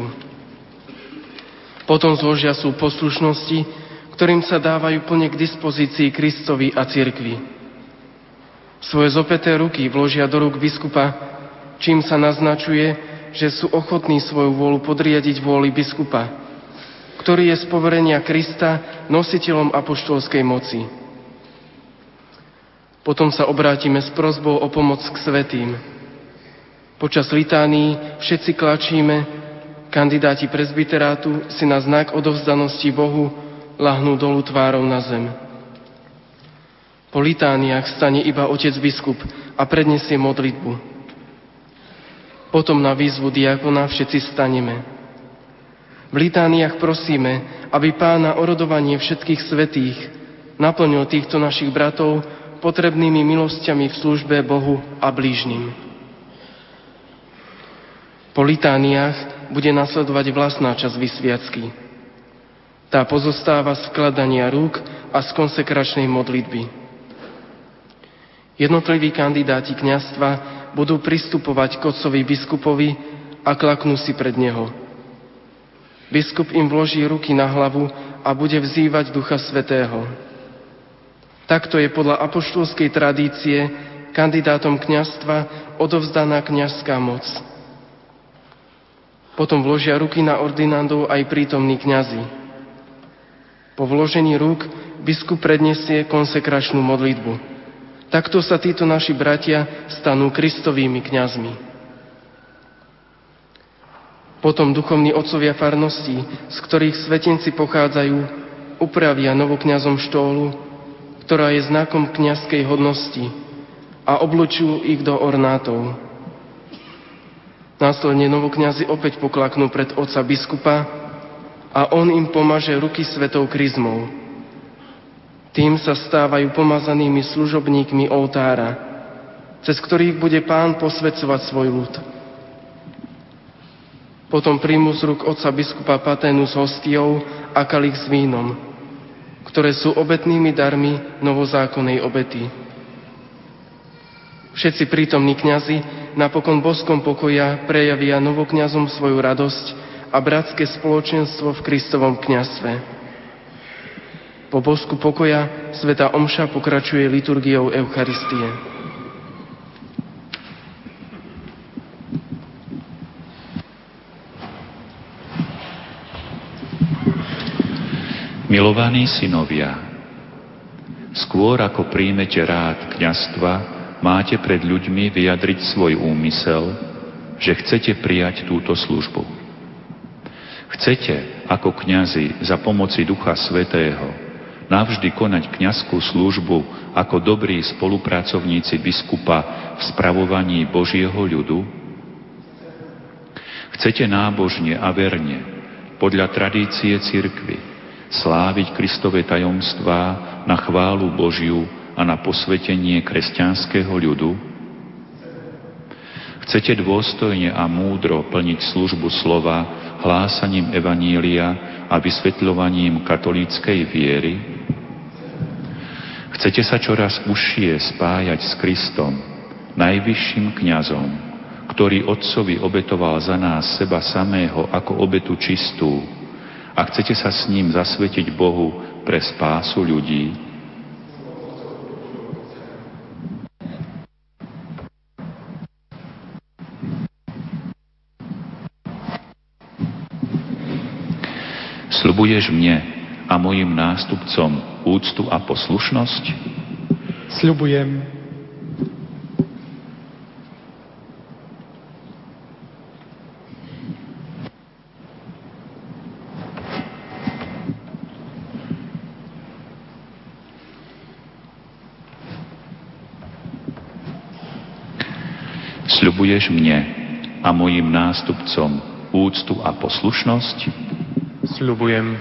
Potom zložia sú poslušnosti, ktorým sa dávajú plne k dispozícii Kristovi a cirkvi. Svoje zopäté ruky vložia do rúk biskupa, čím sa naznačuje, že sú ochotní svoju vôľu podriadiť vôli biskupa, ktorý je z poverenia Krista nositeľom apoštolskej moci. Potom sa obrátime s prosbou o pomoc k svätým. Počas litánii všetci klačíme, kandidáti presbyterátu si na znak odovzdanosti Bohu ľahnú dolu tvárou na zem. Po litániách stane iba otec biskup a predniesie modlitbu. Potom na výzvu diakona všetci staneme. V litániách prosíme, aby Pán na orodovanie všetkých svätých naplnil týchto našich bratov potrebnými milosťami v službe Bohu a blížnym. Po litániách bude nasledovať vlastná časť vysviacky. Tá pozostáva z vkladania rúk a z konsekračnej modlitby. Jednotliví kandidáti kňazstva budú pristupovať k otcovi biskupovi a klaknú si pred neho. Biskup im vloží ruky na hlavu a bude vzývať Ducha Svätého. Takto je podľa apoštolskej tradície kandidátom kňazstva odovzdaná kňazská moc. Potom vložia ruky na ordinandov aj prítomní kňazi. Po vložení rúk biskup predniesie konsekračnú modlitbu. Takto sa títo naši bratia stanú Kristovými kňazmi. Potom duchovní otcovia farností, z ktorých svetenci pochádzajú, upravia novokňazom štólu, ktorá je znakom kňazskej hodnosti, a oblúčujú ich do ornátov. Následne novokňazi opäť poklaknú pred otca biskupa a on im pomaže ruky svetou kryzmou. Tým sa stávajú pomazanými služobníkmi oltára, cez ktorých bude Pán posväcovať svoj ľud. Potom príjmu z rúk otca biskupa paténu s hostiou a kalich s vínom, ktoré sú obetnými darmi novozákonnej obety. Všetci prítomní kňazi napokon boskom pokoja prejavia novokňazom svoju radosť a bratské spoločenstvo v Kristovom kňazstve. Po bosku pokoja svätá omša pokračuje liturgiou Eucharistie. Milovaní synovia, skôr ako príjmete rád kňazstva, máte pred ľuďmi vyjadriť svoj úmysel, že chcete prijať túto službu. Chcete, ako kňazi, za pomoci Ducha Svätého, navždy konať kňazskú službu ako dobrí spolupracovníci biskupa v spravovaní Božieho ľudu? Chcete nábožne a verne, podľa tradície cirkvi, sláviť Kristove tajomstvá na chválu Božiu a na posvetenie kresťanského ľudu? Chcete dôstojne a múdro plniť službu slova hlásaním evanília a vysvetľovaním katolíckej viery? Chcete sa čoraz užšie spájať s Kristom, najvyšším kňazom, ktorý Otcovi obetoval za nás seba samého ako obetu čistú, a chcete sa s ním zasvetiť Bohu pre spásu ľudí? Sľubuješ mne a mojim nástupcom úctu a poslušnosť? Sľubujem. Sľubuješ mne a mojim nástupcom úctu a poslušnosť? Sľubujem.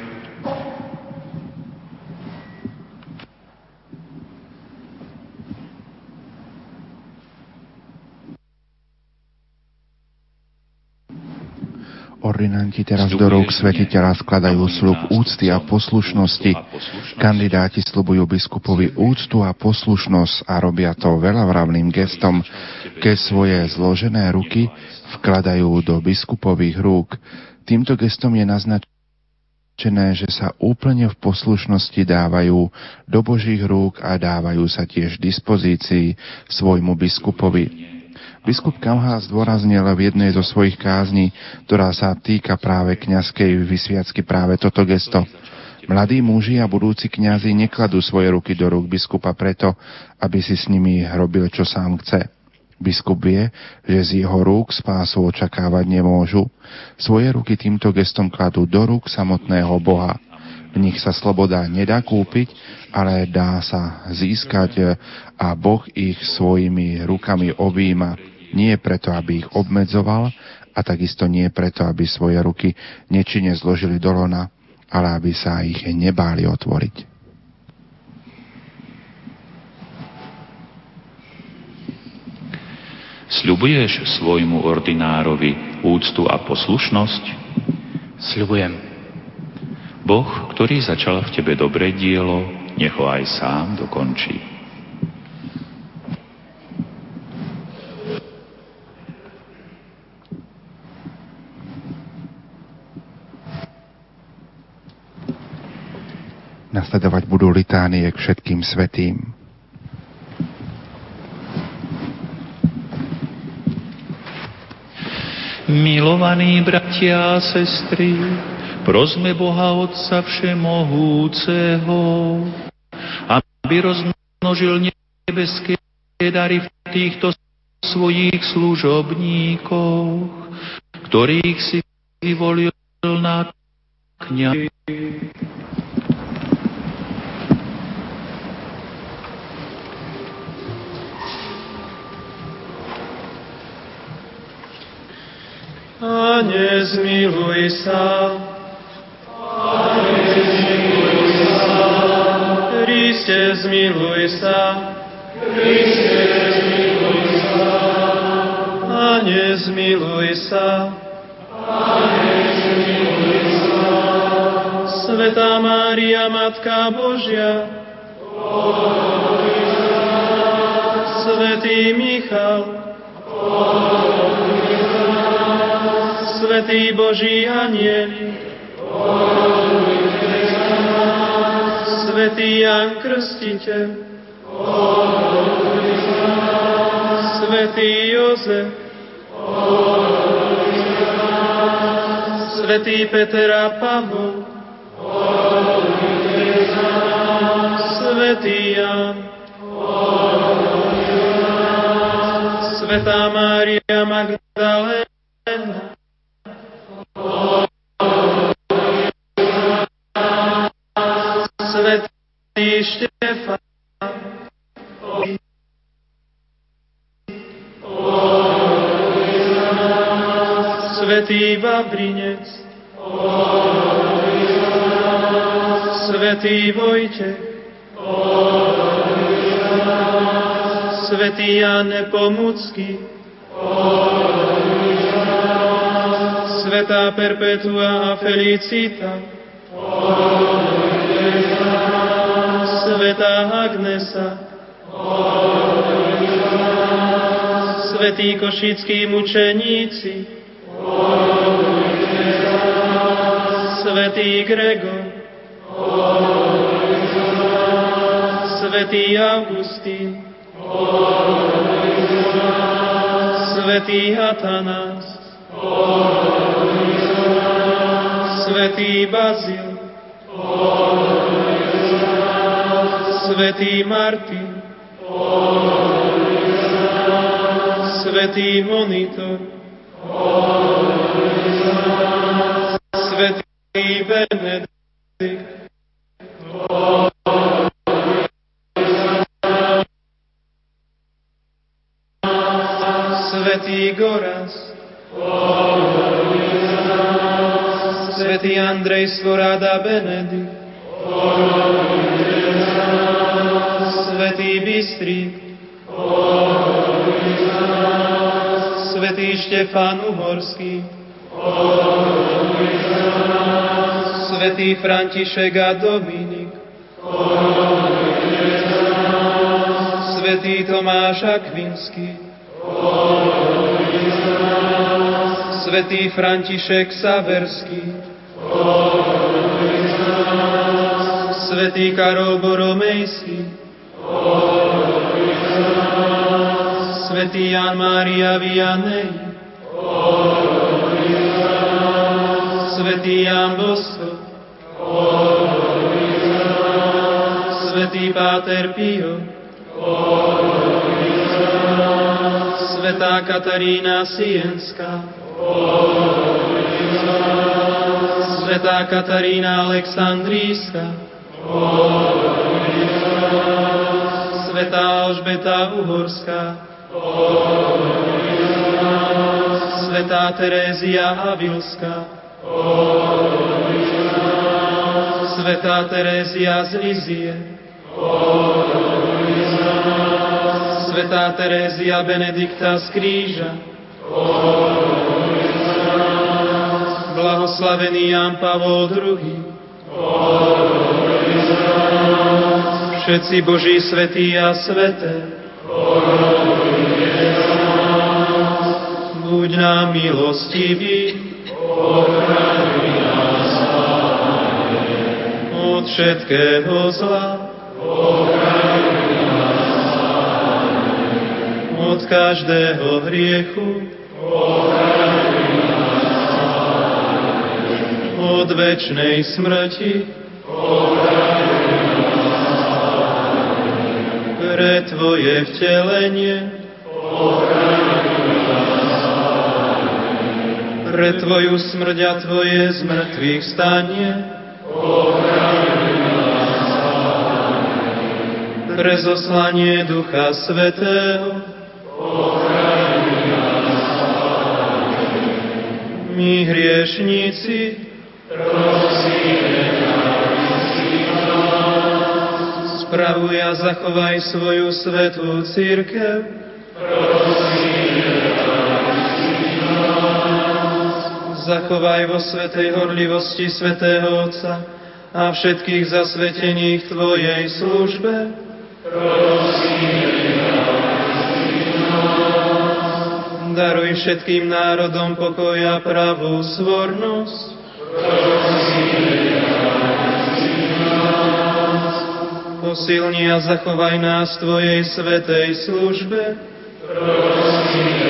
Ordinanti teraz do rúk svätiteľa skladajú sľub úcty a poslušnosti. Kandidáti sľubujú biskupovi úctu a poslušnosť a robia to veľavravným gestom, keď svoje zložené ruky vkladajú do biskupových rúk. Týmto gestom je naznačené, že sa úplne v poslušnosti dávajú do Božích rúk a dávajú sa tiež dispozícii svojmu biskupovi. Biskup Kamha zdôraznil v jednej zo svojich kázni, ktorá sa týka práve kňazskej vysviacky, práve toto gesto. Mladí muži a budúci kňazi nekladú svoje ruky do rúk biskupa preto, aby si s nimi robil, čo sám chce. Biskup vie, že z jeho rúk spásu očakávať nemôžu. Svoje ruky týmto gestom kladú do rúk samotného Boha. V nich sa sloboda nedá kúpiť, ale dá sa získať a Boh ich svojimi rukami objíma. Nie preto, aby ich obmedzoval a takisto nie preto, aby svoje ruky nečinne zložili do lona, ale aby sa ich nebáli otvoriť. Sľubuješ svojmu ordinárovi úctu a poslušnosť? Sľubujem. Boh, ktorý začal v tebe dobré dielo, nech ho aj sám dokončí. Nasledovať budú litánie k všetkým svätým. Milovaní bratia a sestry, prosme Boha Otca Všemohúceho, aby rozmnožil nebeské dary v týchto svojich služobníkoch, ktorých si vyvolil na kňazov. Pane, zmiluj sa. Kriste, zmiluj sa. Pane, zmiluj sa. Svätá Mária, Matka Božia, Svätý Michal, Svätý Boží anjeli, Svätý Ján Krstiteľ, Svätý Jozef, Svätý Peter a Pavol, Svätý Ján, Svätá Mária Magdaléna, Svätý Štefán, Svätý Vavrinec, Svätý Vojtech, Svätý Ján Nepomucký, Svätá Perpetua a Felicita, Svätá Agnesa, Svätí košickí mučeníci, Svätý Gregor, Svätý Augustín, Svätý Atanás, Svätý Bazil, Svätý Martin, Svätý Monitor, Svätý Benedikt, Svätý Goraz, Svätý Andrej Svorada Benedikt, Svätý Bystrik, Svätý Štefán Uhorský, Svätý František a Dominik, Svätý Tomáš Akvinský, Svätý František Saverský, Svätý Karol Boromejský, Svätý Ján Mária Vianney, Svätý Ján Bosco, Svätý Páter Pio, Svätá Katarína Sienská, Svätá Katarína Alexandrijská, Svätá Alžbeta Uhorská, Svätá Terézia Avilská, Svätá Terézia z Lizie, Svätá Terézia Benedikta z Kríža, blahoslavený Ján Pavol II, všetci Boží svätí a sväté, buď nám milostivý, od všetkého zla, od každého hriechu, od večnej smrti, pre Tvoje vtelenie, pre Tvoju smrť a Tvoje zmrtvých stanie, pre zoslanie Ducha Svätého, my hriešníci, prosíme nás. Spravuj a zachovaj svoju svätú cirkev, prosíme nás. Zachovaj vo svätej horlivosti svätého Otca a všetkých zasvetených Tvojej službe, prosíme nás. Daruj všetkým národom pokoj a pravú svornosť, prosíme nás. Posilni a zachovaj nás v Tvojej svätej službe, prosíme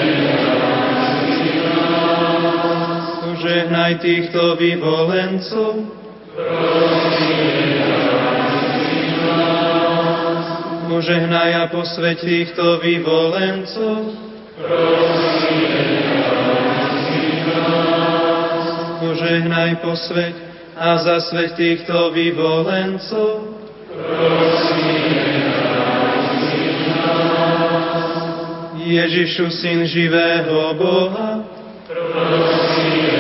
nás. Požehnaj týchto vyvolencov, prosíme nás. Požehnaj a posväť týchto vyvolencov, prosíme nás. Požehnaj, posväť a zasväť týchto vyvolencov, prosíme nás. Ježišu, Syn živého Boha, prosíme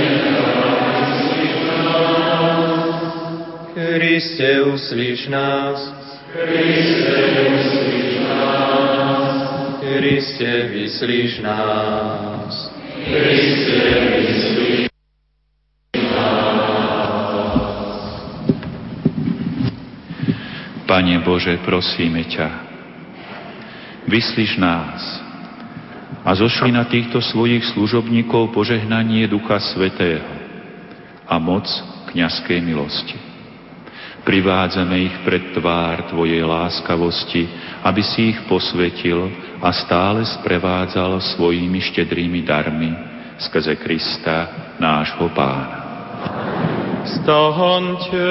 nás. Kriste, uslíš nás. Kriste, uslíš nás. Kriste, vyslíš nás. Kriste, vyslíš nás. Pane Bože, prosíme ťa, vyslíš nás a zošli na týchto svojich služobníkov požehnanie Ducha Svätého a moc kňazskej milosti. Privádzame ich pred tvár Tvojej láskavosti, aby si ich posvetil a stále sprevádzal svojimi štedrými darmi skrze Krista, nášho Pána. Staňte.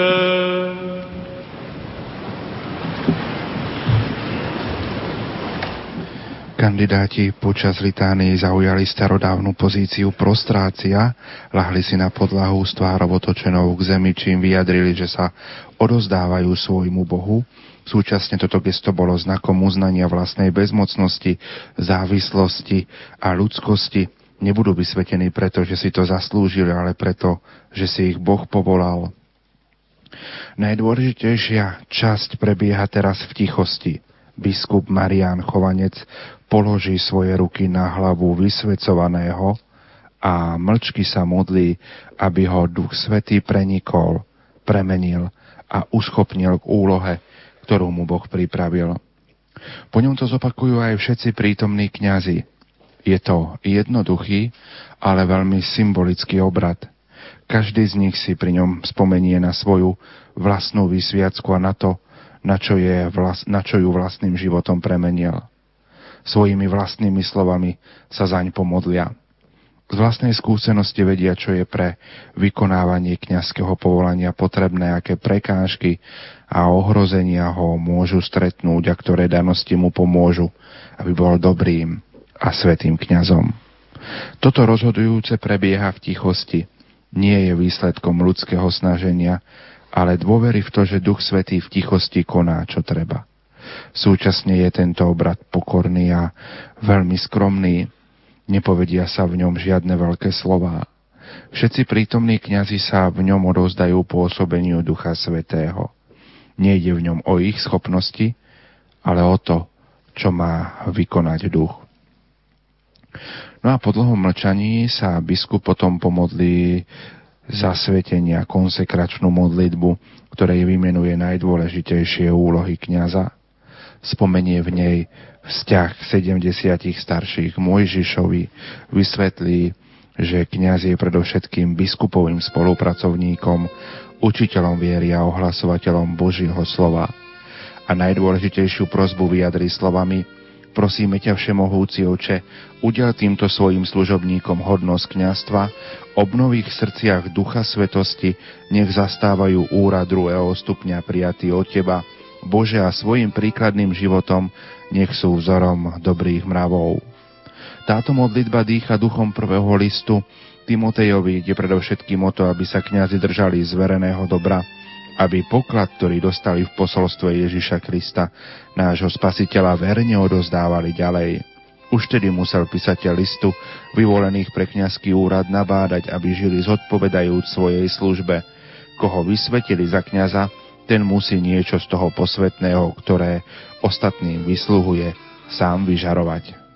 Kandidáti počas litánií zaujali starodávnu pozíciu prostrácia, ľahli si na podlahu s tvárou otočenou k zemi, čím vyjadrili, že sa odozdávajú svojmu Bohu. Súčasne toto gesto bolo znakom uznania vlastnej bezmocnosti, závislosti a ľudskosti. Nebudú vysvetení preto, že si to zaslúžili, ale preto, že si ich Boh povolal. Najdôležitejšia časť prebieha teraz v tichosti. Biskup Marián Chovanec položí svoje ruky na hlavu vysvecovaného a mlčky sa modlí, aby ho Duch Svätý prenikol, premenil a uschopnil k úlohe, ktorú mu Boh pripravil. Po ňom to zopakujú aj všetci prítomní kňazi. Je to jednoduchý, ale veľmi symbolický obrad. Každý z nich si pri ňom spomenie na svoju vlastnú vysviacku a na to, na čo ju vlastným životom premenil. Svojimi vlastnými slovami sa zaň pomodlia. Z vlastnej skúsenosti vedia, čo je pre vykonávanie kňazského povolania potrebné, aké prekážky a ohrozenia ho môžu stretnúť a ktoré danosti mu pomôžu, aby bol dobrým a svätým kňazom. Toto rozhodujúce prebieha v tichosti. Nie je výsledkom ľudského snaženia, ale dôvery v to, že Duch Svätý v tichosti koná, čo treba. Súčasne je tento obrad pokorný a veľmi skromný. Nepovedia sa v ňom žiadne veľké slová. Všetci prítomní kňazi sa v ňom odovzdajú pôsobeniu Ducha Svätého. Nejde v ňom o ich schopnosti, ale o to, čo má vykonať Duch. No a po dlhom mlčaní sa biskup potom pomodlí zasvetenia, konsekračnú modlitbu, ktorej vymenuje najdôležitejšie úlohy kňaza. Spomenie v nej vzťah 70 starších k Mojžišovi, vysvetlí, že kňaz je predovšetkým biskupovým spolupracovníkom, učiteľom viery a ohlasovateľom Božieho slova. A najdôležitejšiu prosbu vyjadrí slovami: prosíme ťa, všemohúci Oče, udel týmto svojim služobníkom hodnosť kňazstva, obnov ich v srdciach Ducha Svetosti, nech zastávajú úrad 2. stupňa prijatý od Teba, Bože, a svojim príkladným životom nech sú vzorom dobrých mravov. Táto modlitba dýcha duchom prvého listu Timotejovi, ide predovšetkým o to, aby sa kňazi držali zvereného dobra, aby poklad, ktorý dostali v posolstve Ježiša Krista, nášho Spasiteľa, verne odozdávali ďalej. Už tedy musel písateľ listu vyvolených pre kňazský úrad nabádať, aby žili zodpovedajúc svojej službe. Koho vysvetili za kňaza, ten musí niečo z toho posvetného, ktoré ostatným vysluhuje, sám vyžarovať.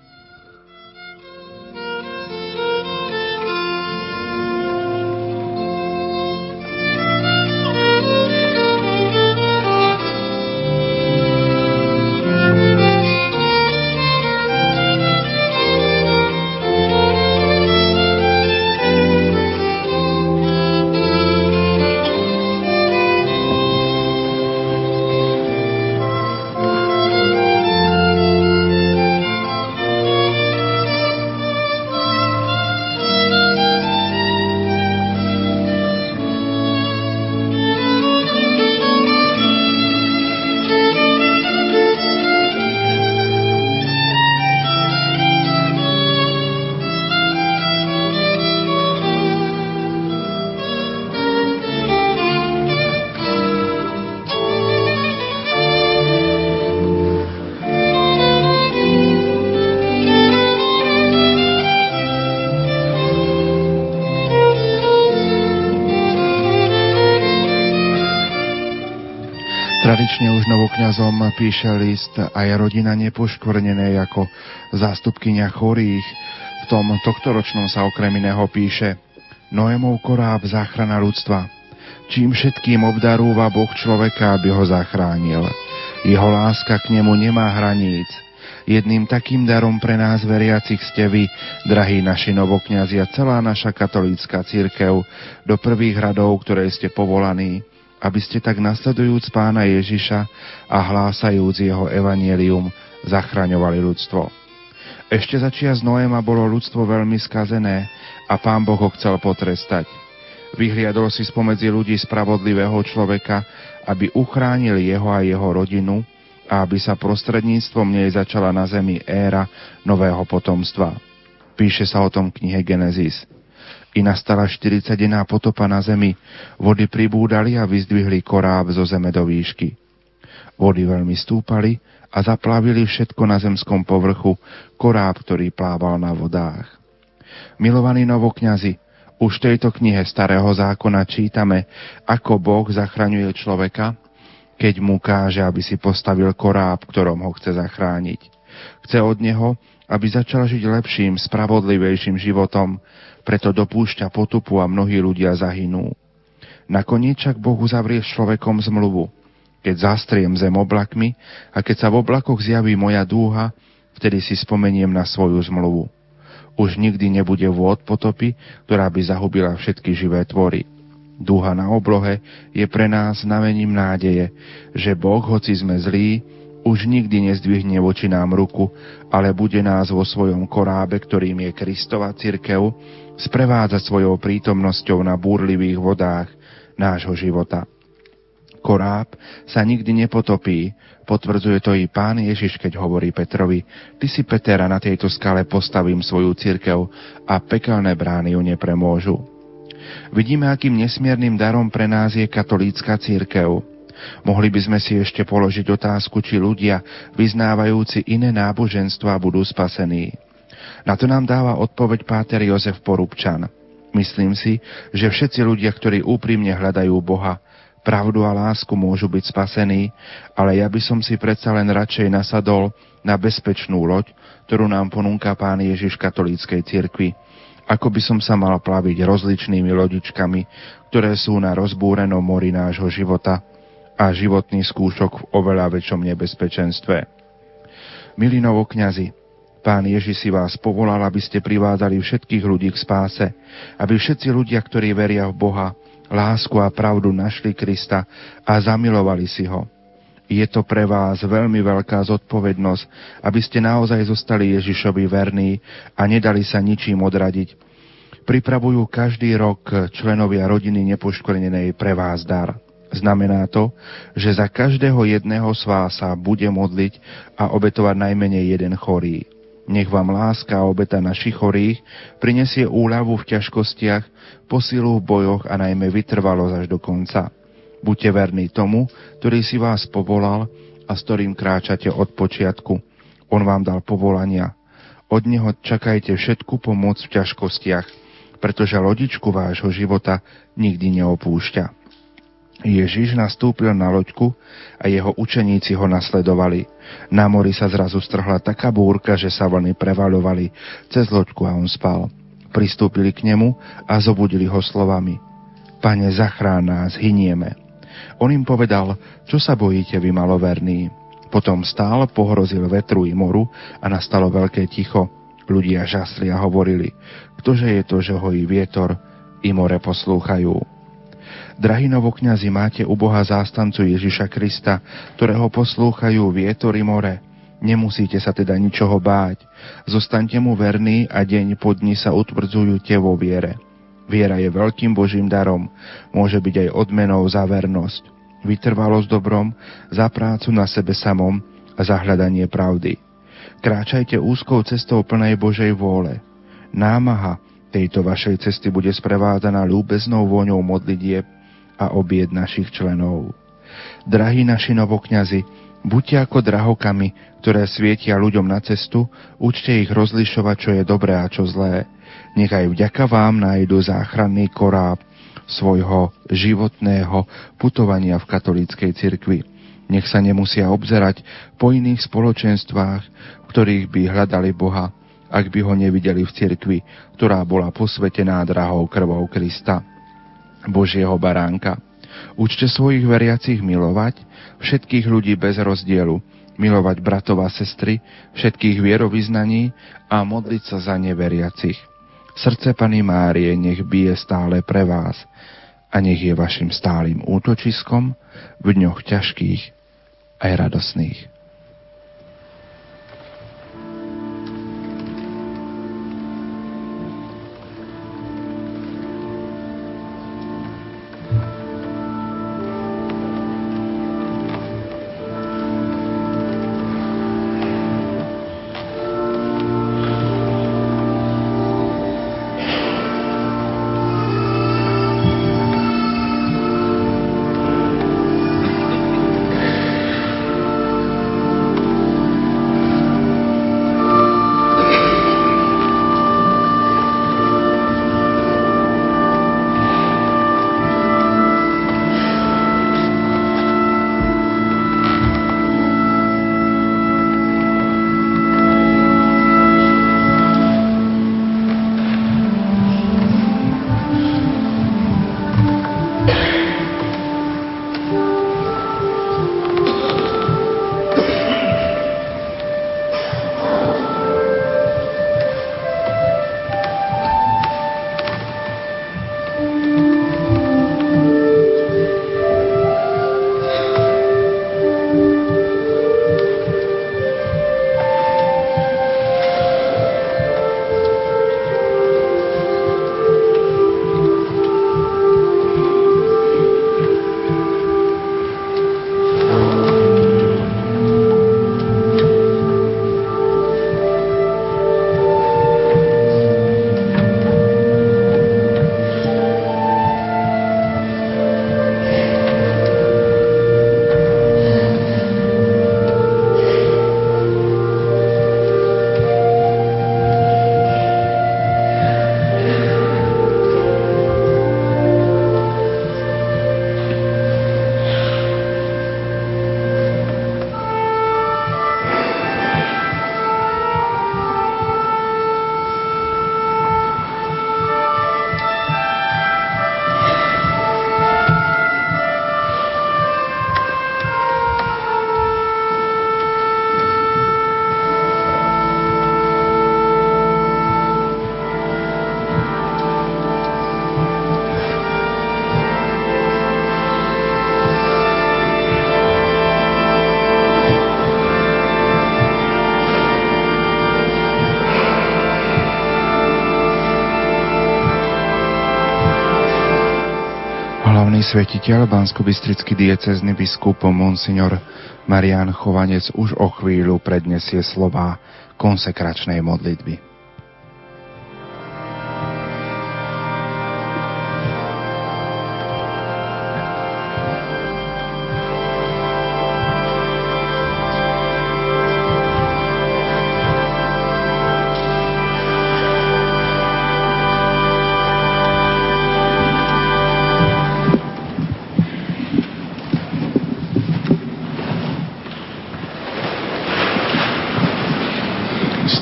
Tradične už novokňazom píše list aj rodina Nepoškvrnenej ako zástupkyňa chorých. V tom tohtoročnom sa okrem iného píše: Noémov koráb, záchrana ľudstva. Čím všetkým obdarúva Boh človeka, aby ho zachránil. Jeho láska k nemu nemá hraníc. Jedným takým darom pre nás veriacich ste vy, drahí naši novokňazi a celá naša katolícka cirkev, do prvých radov, ktoré ste povolaní, aby ste tak nasledujúc Pána Ježiša a hlásajúc jeho evanjelium zachraňovali ľudstvo. Ešte za čias Noéma bolo ľudstvo veľmi skazené a Pán Boh ho chcel potrestať. Vyhliadol si spomedzi ľudí spravodlivého človeka, aby uchránil jeho a jeho rodinu a aby sa prostredníctvom nej začala na zemi éra nového potomstva. Píše sa o tom v knihe Genesis. I nastala 40-denná potopa na zemi, vody pribúdali a vyzdvihli koráb zo zeme do výšky. Vody veľmi stúpali a zaplavili všetko na zemskom povrchu, koráb, ktorý plával na vodách. Milovaní novokňazi, už v tejto knihe Starého zákona čítame, ako Boh zachraňuje človeka, keď mu káže, aby si postavil koráb, ktorom ho chce zachrániť. Chce od neho, aby začal žiť lepším, spravodlivejším životom, preto dopúšťa potupu a mnohí ľudia zahynú. Nakoniec však Boh uzavrie s človekom zmluvu. Keď zastriem zem oblakmi a keď sa v oblakoch zjaví moja dúha, vtedy si spomeniem na svoju zmluvu. Už nikdy nebude vôd potopy, ktorá by zahubila všetky živé tvory. Dúha na oblohe je pre nás znamením nádeje, že Boh, hoci sme zlí, už nikdy nezdvihne voči nám ruku, ale bude nás vo svojom korábe, ktorým je Kristova cirkev, sprevádzať svojou prítomnosťou na búrlivých vodách nášho života. Koráb sa nikdy nepotopí, potvrdzuje to i Pán Ježiš, keď hovorí Petrovi: Ty si Peter a na tejto skale postavím svoju cirkev a pekelné brány ju nepremôžu. Vidíme, akým nesmiernym darom pre nás je katolícka cirkev. Mohli by sme si ešte položiť otázku, či ľudia, vyznávajúci iné náboženstva, budú spasení. Na to nám dáva odpoveď páter Jozef Porubčan. Myslím si, že všetci ľudia, ktorí úprimne hľadajú Boha, pravdu a lásku, môžu byť spasení, ale ja by som si predsa len radšej nasadol na bezpečnú loď, ktorú nám ponúka Pán Ježiš katolíckej cirkvi, ako by som sa mal plaviť rozličnými lodičkami, ktoré sú na rozbúrenom mori nášho života a životný skúšok v oveľa väčšom nebezpečenstve. Milí novokňazi, Pán Ježiš si vás povolal, aby ste privádzali všetkých ľudí k spáse, aby všetci ľudia, ktorí veria v Boha, lásku a pravdu, našli Krista a zamilovali si ho. Je to pre vás veľmi veľká zodpovednosť, aby ste naozaj zostali Ježišovi verní a nedali sa ničím odradiť. Pripravujú každý rok členovia rodiny Nepoškvrnenej pre vás dar. Znamená to, že za každého jedného z vás sa bude modliť a obetovať najmenej jeden chorý. Nech vám láska a obeta našich chorých prinesie úľavu v ťažkostiach, posilu v bojoch a najmä vytrvalosť až do konca. Buďte verní tomu, ktorý si vás povolal a s ktorým kráčate od počiatku. On vám dal povolania. Od neho čakajte všetku pomoc v ťažkostiach, pretože lodičku vášho života nikdy neopúšťa. Ježiš nastúpil na loďku a jeho učeníci ho nasledovali. Na mori sa zrazu strhla taká búrka, že sa vlny prevaľovali cez loďku a on spal. Pristúpili k nemu a zobudili ho slovami: Pane, zachráň nás, hynieme. On im povedal: Čo sa bojíte, vy maloverní? Potom stál, pohrozil vetru i moru a nastalo veľké ticho. Ľudia žasli a hovorili: Ktože je to, že hojí vietor i more poslúchajú? Drahí novokňazi, máte u Boha zástancu Ježiša Krista, ktorého poslúchajú vietor i more. Nemusíte sa teda ničoho báť. Zostaňte mu verní a deň po dni sa utvrdzujte vo viere. Viera je veľkým Božím darom. Môže byť aj odmenou za vernosť. Vytrvalosť dobrom, za prácu na sebe samom a za hľadanie pravdy. Kráčajte úzkou cestou plnej Božej vôle. Námaha tejto vašej cesty bude sprevádzaná ľúbeznou vôňou modlitieb a obied našich členov. Drahí naši novokňazi, buďte ako drahokamy, ktoré svietia ľuďom na cestu, učte ich rozlišovať, čo je dobré a čo zlé. Nechaj vďaka vám nájdu záchranný koráb svojho životného putovania v katolíckej cirkvi. Nech sa nemusia obzerať po iných spoločenstvách, v ktorých by hľadali Boha, ak by ho nevideli v cirkvi, ktorá bola posvetená drahou krvou Krista, Božieho baránka. Učte svojich veriacich milovať všetkých ľudí bez rozdielu, milovať bratov a sestry, všetkých vierovyznaní a modliť sa za neveriacich. Srdce Panny Márie nech bije stále pre vás a nech je vašim stálym útočiskom v dňoch ťažkých aj radosných. Svetiteľ banskobystrický diecézny biskup monsignor Marián Chovanec už o chvíľu predniesie slová konsekračnej modlitby.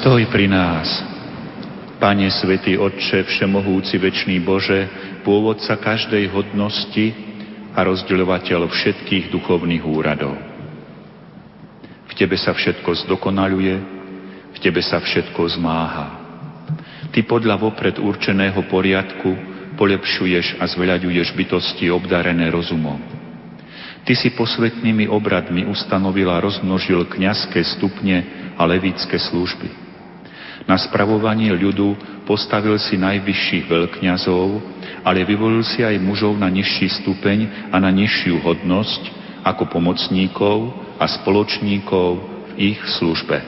Stoj pri nás, Pane svätý Otče, všemohúci večný Bože, pôvodca každej hodnosti a rozdeľovateľ všetkých duchovných úradov. V Tebe sa všetko zdokonaľuje, v Tebe sa všetko zmáha. Ty podľa vopred určeného poriadku polepšuješ a zveľaďuješ bytosti obdarené rozumom. Ty si posvetnými obradmi ustanovil a rozmnožil kňazské stupne a levícke služby. Na spravovanie ľudu postavil si najvyšších veľkňazov, ale vyvolil si aj mužov na nižší stupeň a na nižšiu hodnosť ako pomocníkov a spoločníkov v ich službe.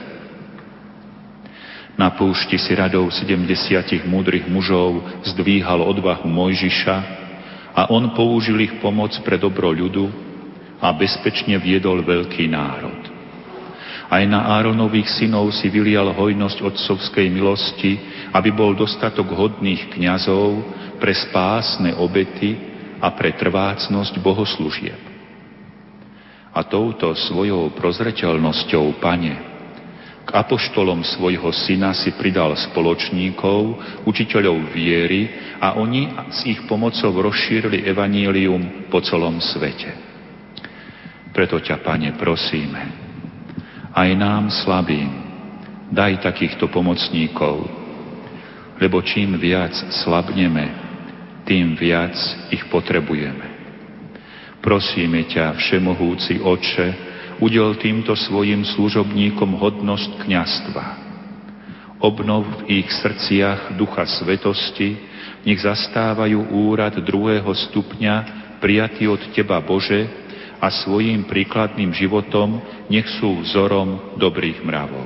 Na púšti si radou 70 múdrych mužov zdvíhal odvahu Mojžiša a on použil ich pomoc pre dobro ľudu a bezpečne viedol veľký národ. Aj na Áronových synov si vylial hojnosť otcovskej milosti, aby bol dostatok hodných kňazov pre spásne obety a pre trvácnosť bohoslúžieb. A touto svojou prozreteľnosťou, Pane, k apoštolom svojho syna si pridal spoločníkov, učiteľov viery a oni s ich pomocou rozšírili evanílium po celom svete. Preto ťa, Pane, prosíme, aj nám slabým daj takýchto pomocníkov, lebo čím viac slabneme, tým viac ich potrebujeme. Prosíme ťa, všemohúci Otče, udel týmto svojim služobníkom hodnosť kňazstva. Obnov v ich srdciach ducha svetosti, nech zastávajú úrad druhého stupňa, prijatý od Teba, Bože, a svojím príkladným životom nech sú vzorom dobrých mravov.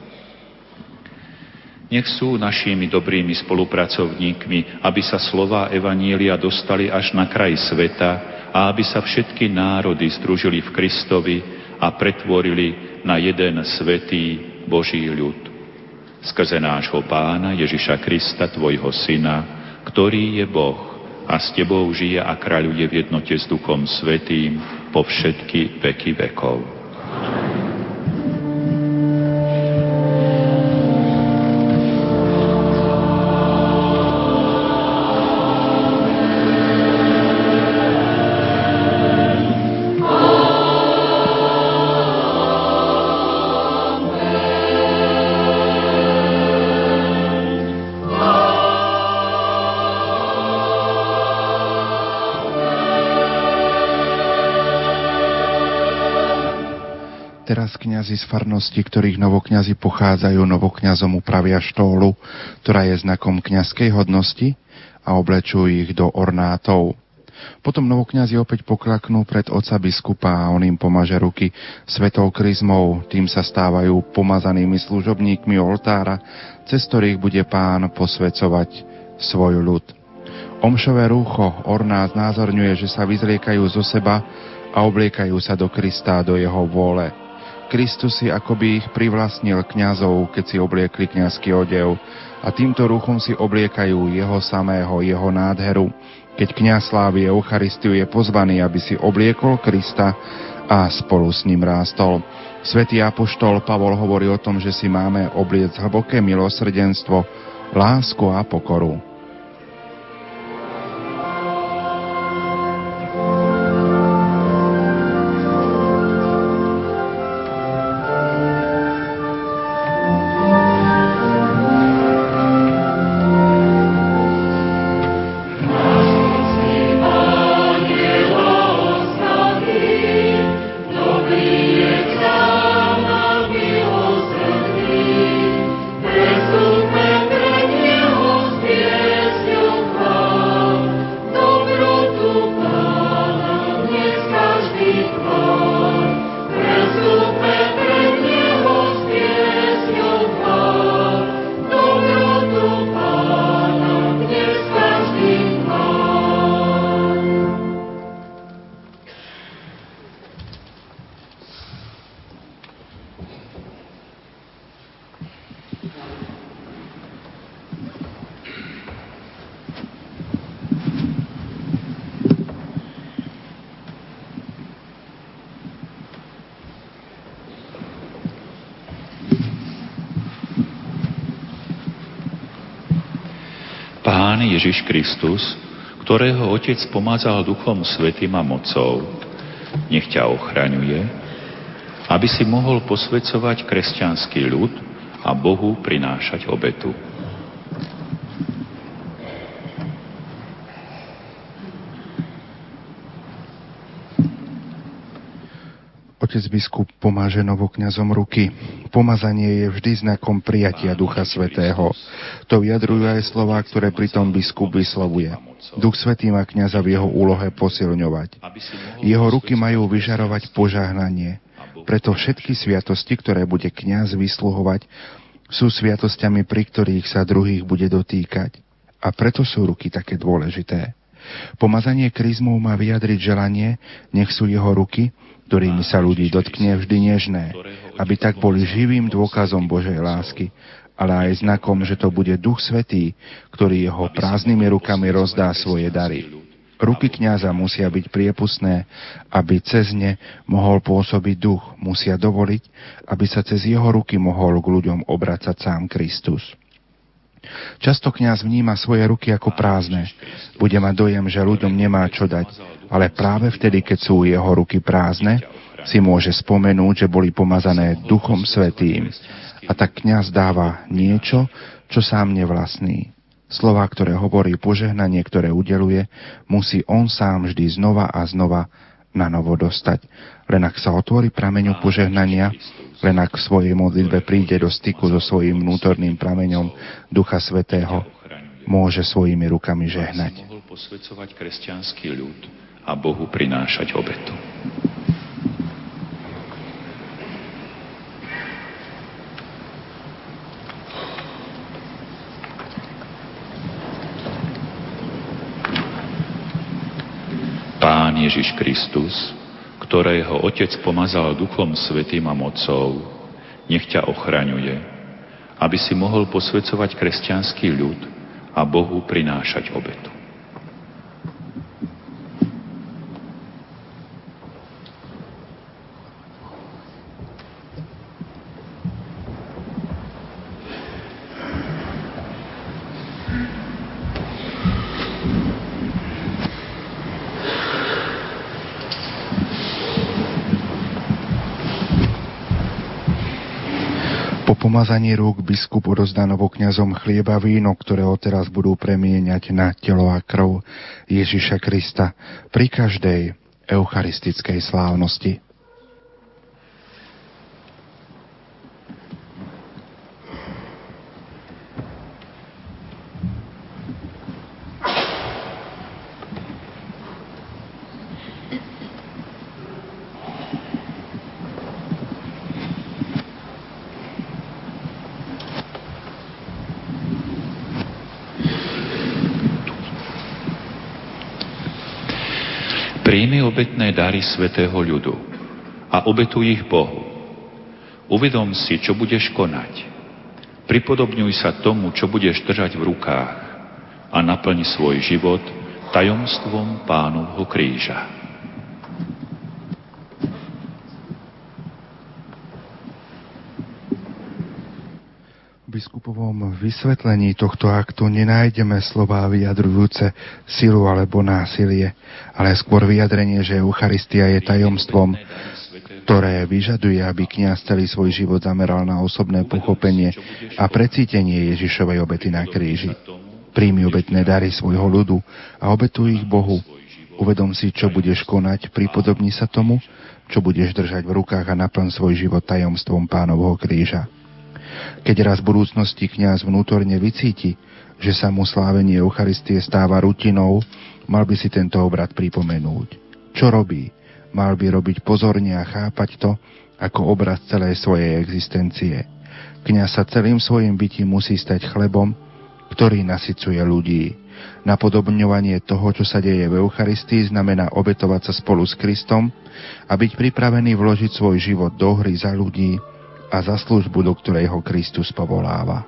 Nech sú našimi dobrými spolupracovníkmi, aby sa slová evanília dostali až na kraj sveta a aby sa všetky národy združili v Kristovi a pretvorili na jeden svätý Boží ľud. Skrze nášho Pána Ježiša Krista, Tvojho Syna, ktorý je Boh a s Tebou žije a kráľuje v jednote s Duchom Svätým po všetky veky vekov. Teraz kňazi z farnosti, ktorých novokňazi pochádzajú, novokňazom upravia štólu, ktorá je znakom kňazskej hodnosti a oblečujú ich do ornátov. Potom novokňazi opäť poklaknú pred otca biskupa a on im pomaže ruky svetou kryzmou, tým sa stávajú pomazanými služobníkmi oltára, cez ktorých bude Pán posväcovať svoj ľud. Omšové rúcho ornát znázorňuje, že sa vyzliekajú zo seba a obliekajú sa do Krista, do jeho vôle. Kristus si akoby ich privlastnil kňazov, keď si obliekli kňazský odev a týmto ruchom si obliekajú jeho samého, jeho nádheru. Keď kňaz slávi Eucharistiu, je pozvaný, aby si obliekol Krista a spolu s ním rástol. Svätý apoštol Pavol hovorí o tom, že si máme obliec hlboké milosrdenstvo, lásku a pokoru. Yeah. Pán Ježiš Kristus, ktorého Otec pomazal Duchom Svätým a mocou, nech ťa ochraňuje, aby si mohol posväcovať kresťanský ľud a Bohu prinášať obetu. Otec biskup pomáže novokňazom ruky. Pomazanie je vždy znakom prijatia Ducha Svätého. To vyjadrujú aj slová, ktoré pritom biskup vyslovuje. Duch Svätý má kňaza v jeho úlohe posilňovať. Jeho ruky majú vyžarovať požehnanie. Preto všetky sviatosti, ktoré bude kňaz vysluhovať, sú sviatosťami, pri ktorých sa druhých bude dotýkať. A preto sú ruky také dôležité. Pomazanie kryzmou má vyjadriť želanie, nech sú jeho ruky, ktorými sa ľudí dotkne, vždy nežné, aby tak boli živým dôkazom Božej lásky, ale aj znakom, že to bude Duch Svätý, ktorý jeho prázdnymi rukami rozdá svoje dary. Ruky kňaza musia byť priepustné, aby cez ne mohol pôsobiť duch, musia dovoliť, aby sa cez jeho ruky mohol k ľuďom obracať sám Kristus. Často kňaz vníma svoje ruky ako prázdne. Bude mať dojem, že ľuďom nemá čo dať, ale práve vtedy, keď sú jeho ruky prázdne, si môže spomenúť, že boli pomazané Duchom Svätým. A tak kňaz dáva niečo, čo sám nevlastní. Slová, ktoré hovorí, požehnanie, ktoré udeluje, musí on sám vždy znova a znova na novo dostať. Len ak sa otvorí prameňu požehnania, len ak v svojej modlitbe príde do styku so svojím vnútorným prameňom Ducha Svätého, môže svojimi rukami žehnať. Mohol posväcovať kresťanský ľud a Bohu prinášať obetu. Pán Ježiš Kristus, ktorého Otec pomazal Duchom Svätým a mocou, nech ťa ochraňuje, aby si mohol posväcovať kresťanský ľud a Bohu prinášať obetu. Pomazaní rúk biskup odozdá novokňazom chlieb a víno, ktoré odteraz budú premieňať na telo a krv Ježiša Krista pri každej eucharistickej slávnosti. Príjmi obetné dary svätého ľudu a obetuj ich Bohu. Uvedom si, čo budeš konať. Pripodobňuj sa tomu, čo budeš držať v rukách a naplň svoj život tajomstvom Pánovho kríža. V biskupovom vysvetlení tohto aktu nenájdeme slová vyjadrujúce silu alebo násilie, ale skôr vyjadrenie, že Eucharistia je tajomstvom, ktoré vyžaduje, aby kňaz celý svoj život zameral na osobné pochopenie a precítenie Ježišovej obety na kríži. Príjmi obetné dary svojho ľudu a obetuj ich Bohu. Uvedom si, čo budeš konať, pripodobni sa tomu, čo budeš držať v rukách a naplň svoj život tajomstvom Pánovho kríža. Keď raz v budúcnosti kňaz vnútorne vycíti, že sa mu slávenie Eucharistie stáva rutinou, mal by si tento obrad pripomenúť. Čo robí? Mal by robiť pozorne a chápať to ako obraz celej svojej existencie. Kňaz sa celým svojim bytím musí stať chlebom, ktorý nasycuje ľudí. Napodobňovanie toho, čo sa deje v Eucharistii, znamená obetovať sa spolu s Kristom a byť pripravený vložiť svoj život do hry za ľudí a za službu, do ktorej ho Kristus povoláva.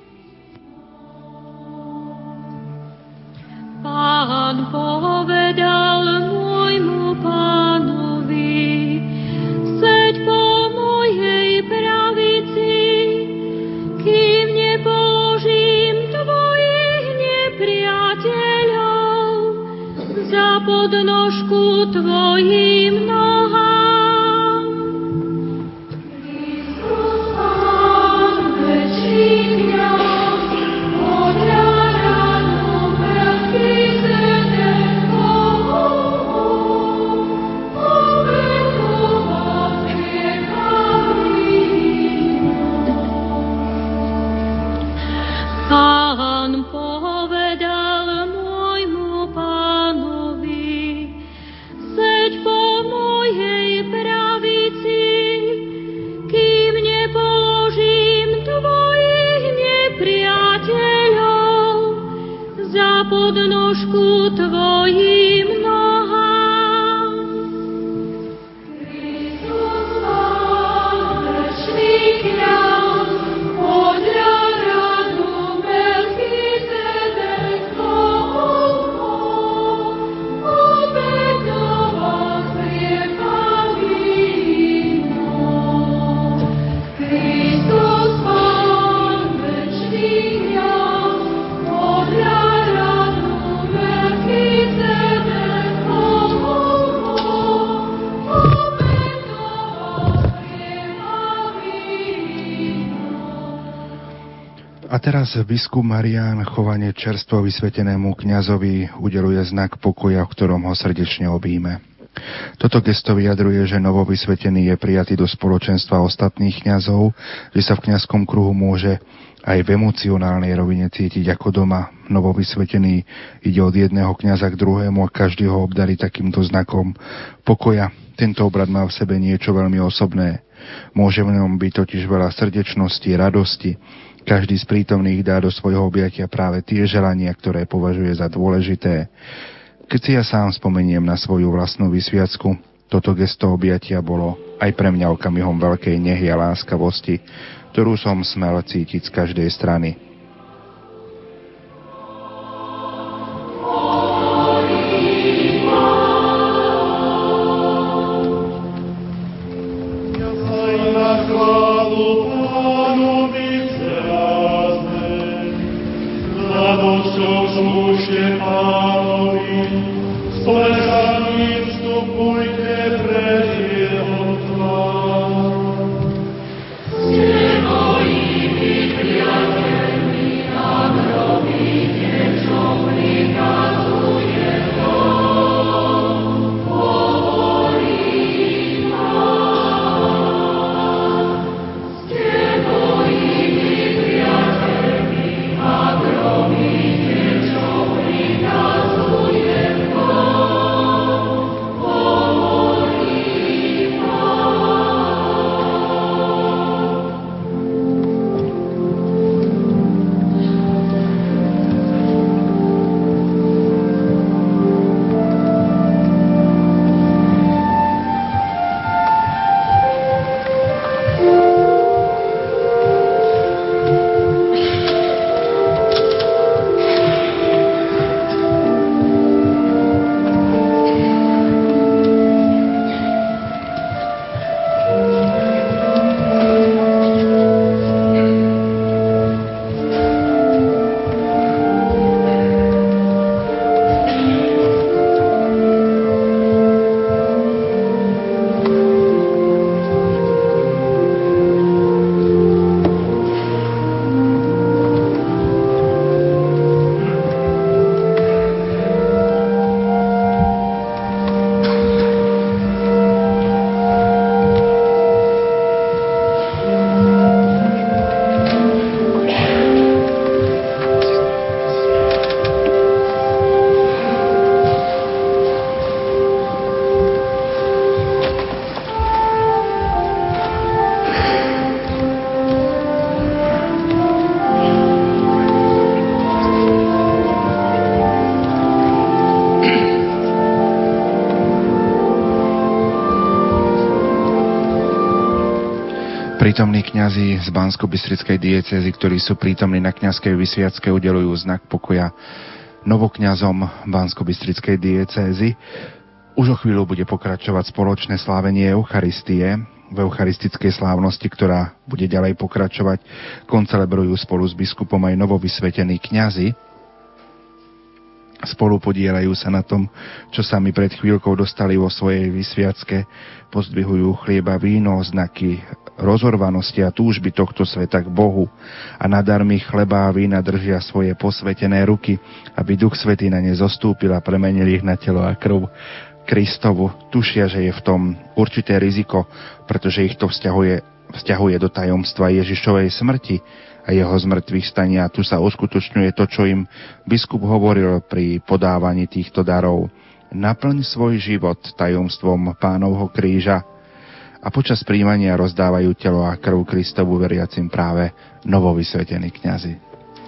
Pán povedal môjmu Pánovi, seď po mojej pravici, kým nepoložím tvojich nepriateľov podnožku tvojim nohám. Pán povedal môjmu pánovi, seď po mojej pravici, kým nepoložím tvojich nepriateľov za podnožku tvojim nohám. Kristus Pán, večný kňaz, podľa A teraz biskup Marián Chovane čerstvo vysvetenému kňazovi udeluje znak pokoja, v ktorom ho srdečne objíme. Toto gesto vyjadruje, že novovysvetený je prijatý do spoločenstva ostatných kňazov, že sa v kňazskom kruhu môže aj v emocionálnej rovine cítiť ako doma. Novovysvetený ide od jedného kňaza k druhému a každý ho obdarí takýmto znakom pokoja. Tento obrad má v sebe niečo veľmi osobné. Môže v ňom byť totiž veľa srdečnosti, radosti. Každý z prítomných dá do svojho objatia práve tie želania, ktoré považuje za dôležité. Keď si ja sám spomeniem na svoju vlastnú vysviacku, toto gesto objatia bolo aj pre mňa okamihom veľkej nehy a láskavosti, ktorú som smel cítiť z každej strany. Prítomní kňazi z Banskobystrickej diecézy, ktorí sú prítomní na kňazskej vysviacke, udelujú znak pokoja novokňazom Banskobystrickej diecézy. Už o chvíľu bude pokračovať spoločné slávenie Eucharistie. V eucharistickej slávnosti, ktorá bude ďalej pokračovať, koncelebrujú spolu s biskupom aj novovysvetení kňazi. spolupodielajú sa na tom, čo sami pred chvíľkou dostali vo svojej vysviacke, pozdvihujú chlieba, víno, znaky rozorvanosti a túžby tohto sveta k Bohu a na darmi chleba a vína držia svoje posvetené ruky, aby Duch Svätý na ne zostúpil a premenil ich na telo a krv Kristovu. Tušia, že je v tom určité riziko, pretože ich to vzťahuje do tajomstva Ježišovej smrti a jeho zmrtvých stania. Tu sa uskutočňuje to, čo im biskup hovoril pri podávaní týchto darov. Naplň svoj život tajomstvom Pánovho kríža a počas prijímania rozdávajú telo a krv Kristovu veriacim práve novovysvetení kňazi.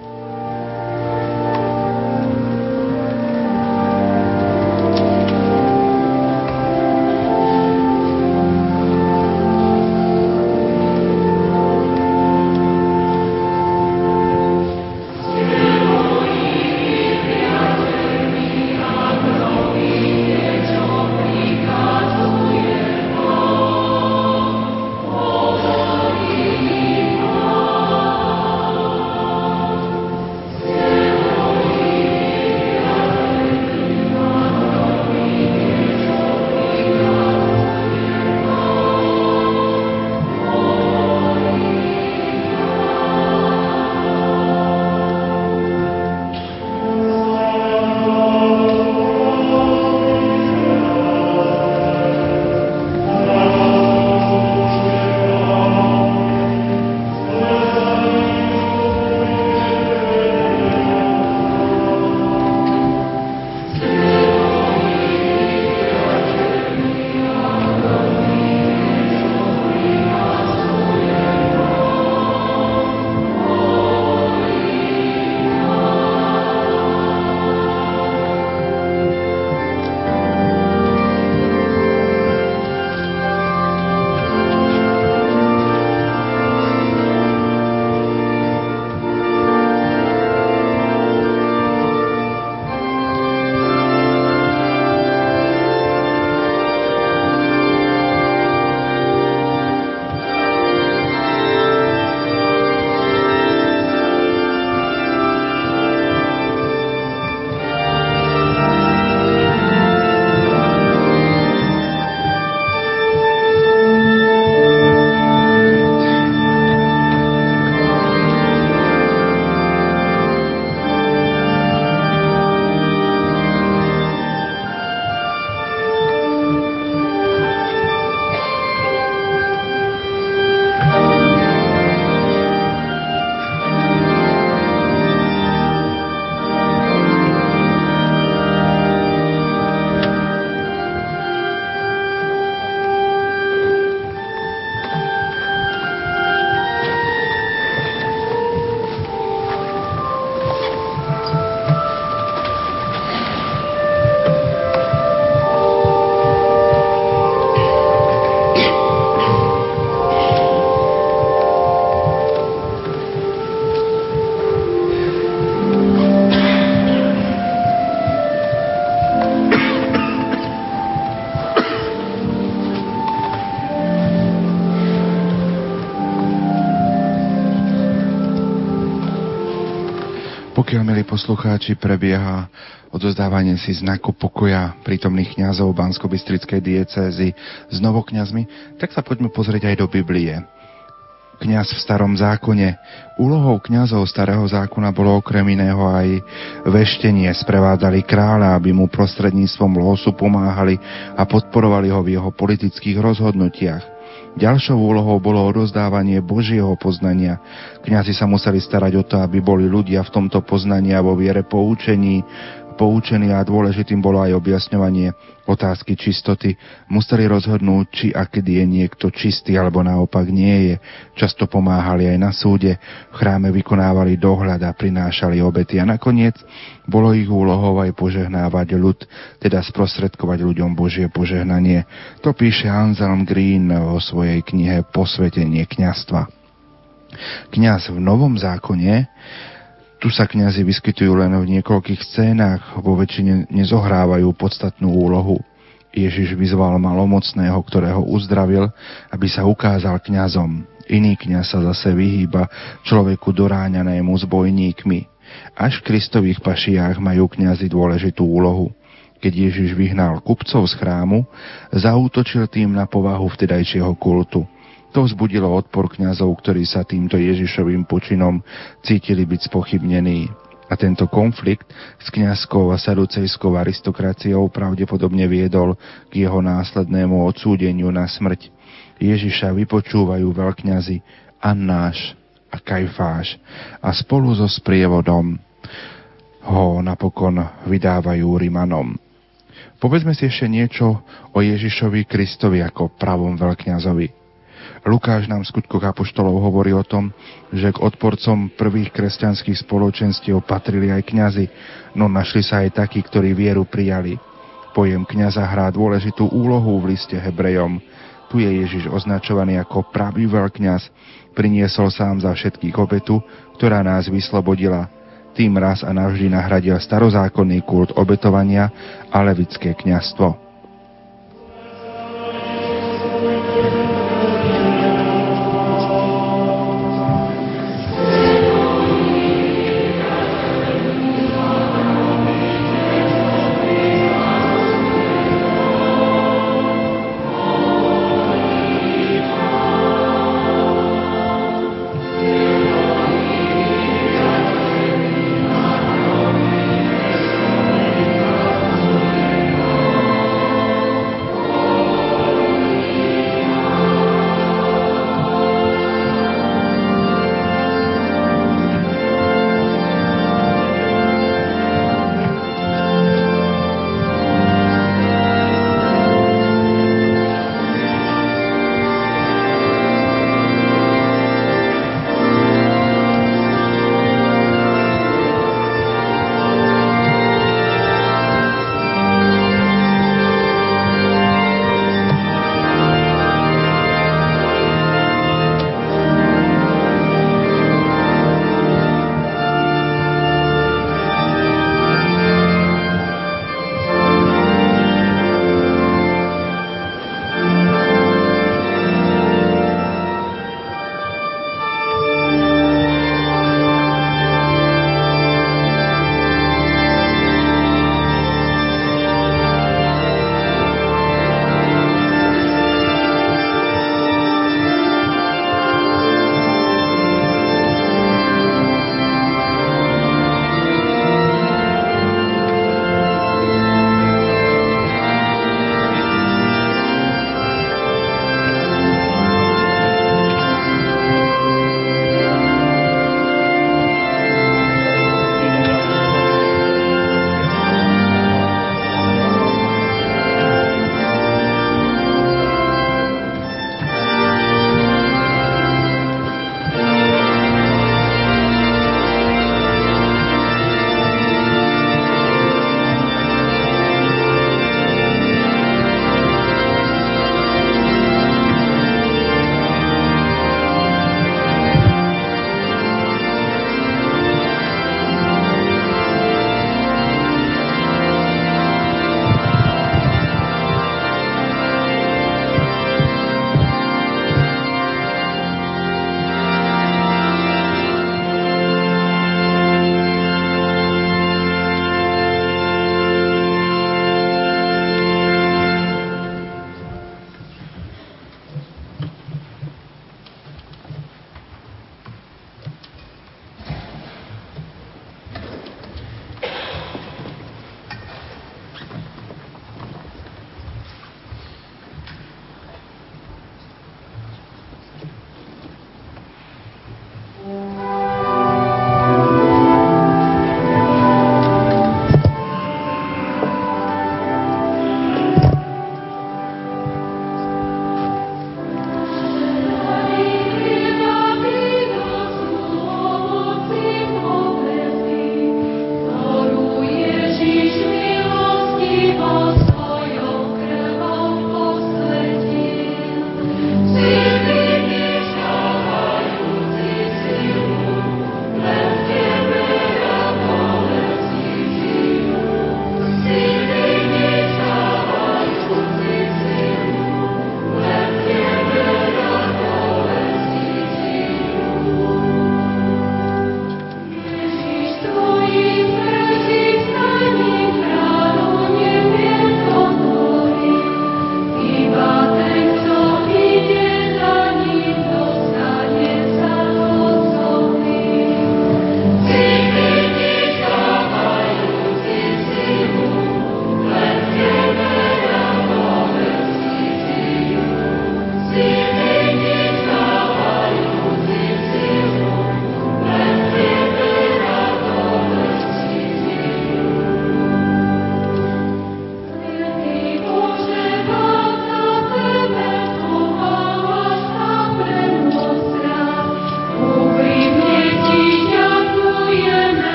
Pokiaľ, milí poslucháči, prebieha odozdávanie si znaku pokoja prítomných kňazov Banskobystrickej diecézy s novokňazmi, tak sa poďme pozrieť aj do Biblie. Kňaz v starom zákone. Úlohou kňazov starého zákona bolo okrem iného aj veštenie. Sprevádzali kráľa, aby mu prostredníctvom losu pomáhali a podporovali ho v jeho politických rozhodnutiach. Ďalšou úlohou bolo odozdávanie Božieho poznania. Kňazi sa museli starať o to, aby boli ľudia v tomto poznaní a vo viere poučení a dôležitým bolo aj objasňovanie otázky čistoty. Museli rozhodnúť, či a kedy je niekto čistý, alebo naopak nie je. Často pomáhali aj na súde, v chráme vykonávali dohľad a prinášali obety. A nakoniec bolo ich úlohou aj požehnávať ľud, teda sprostredkovať ľuďom Božie požehnanie. To píše Anselm Green vo svojej knihe Posvetenie kňazstva. Kňaz v Novom zákone, tu sa kňazi vyskytujú len v niekoľkých scénach, vo väčšine nezohrávajú podstatnú úlohu. Ježiš vyzval malomocného, ktorého uzdravil, aby sa ukázal kňazom. Iný kňaz sa zase vyhýba človeku doráňanému zbojníkmi. Až v Kristových pašiách majú kňazi dôležitú úlohu. Keď Ježiš vyhnal kupcov z chrámu, zaútočil tým na povahu vtedajšieho kultu. To vzbudilo odpor kňazov, ktorí sa týmto Ježišovým počinom cítili byť spochybnení. A tento konflikt s kňazskou a saducejskou aristokraciou pravdepodobne viedol k jeho následnému odsúdeniu na smrť. Ježiša vypočúvajú veľkňazi Annáš a Kajfáš a spolu so sprievodom ho napokon vydávajú Rimanom. Povedzme si ešte niečo o Ježišovi Kristovi ako pravom veľkňazovi. Lukáš nám v Skutkoch apoštolov hovorí o tom, že k odporcom prvých kresťanských spoločenstiev patrili aj kňazi, no našli sa aj takí, ktorí vieru prijali. Pojem kňaza hrá dôležitú úlohu v liste Hebrejom. Tu je Ježiš označovaný ako pravý veľkňaz, priniesol sám za všetkých obetu, ktorá nás vyslobodila. Tým raz a navždy nahradil starozákonný kult obetovania a levické kňazstvo.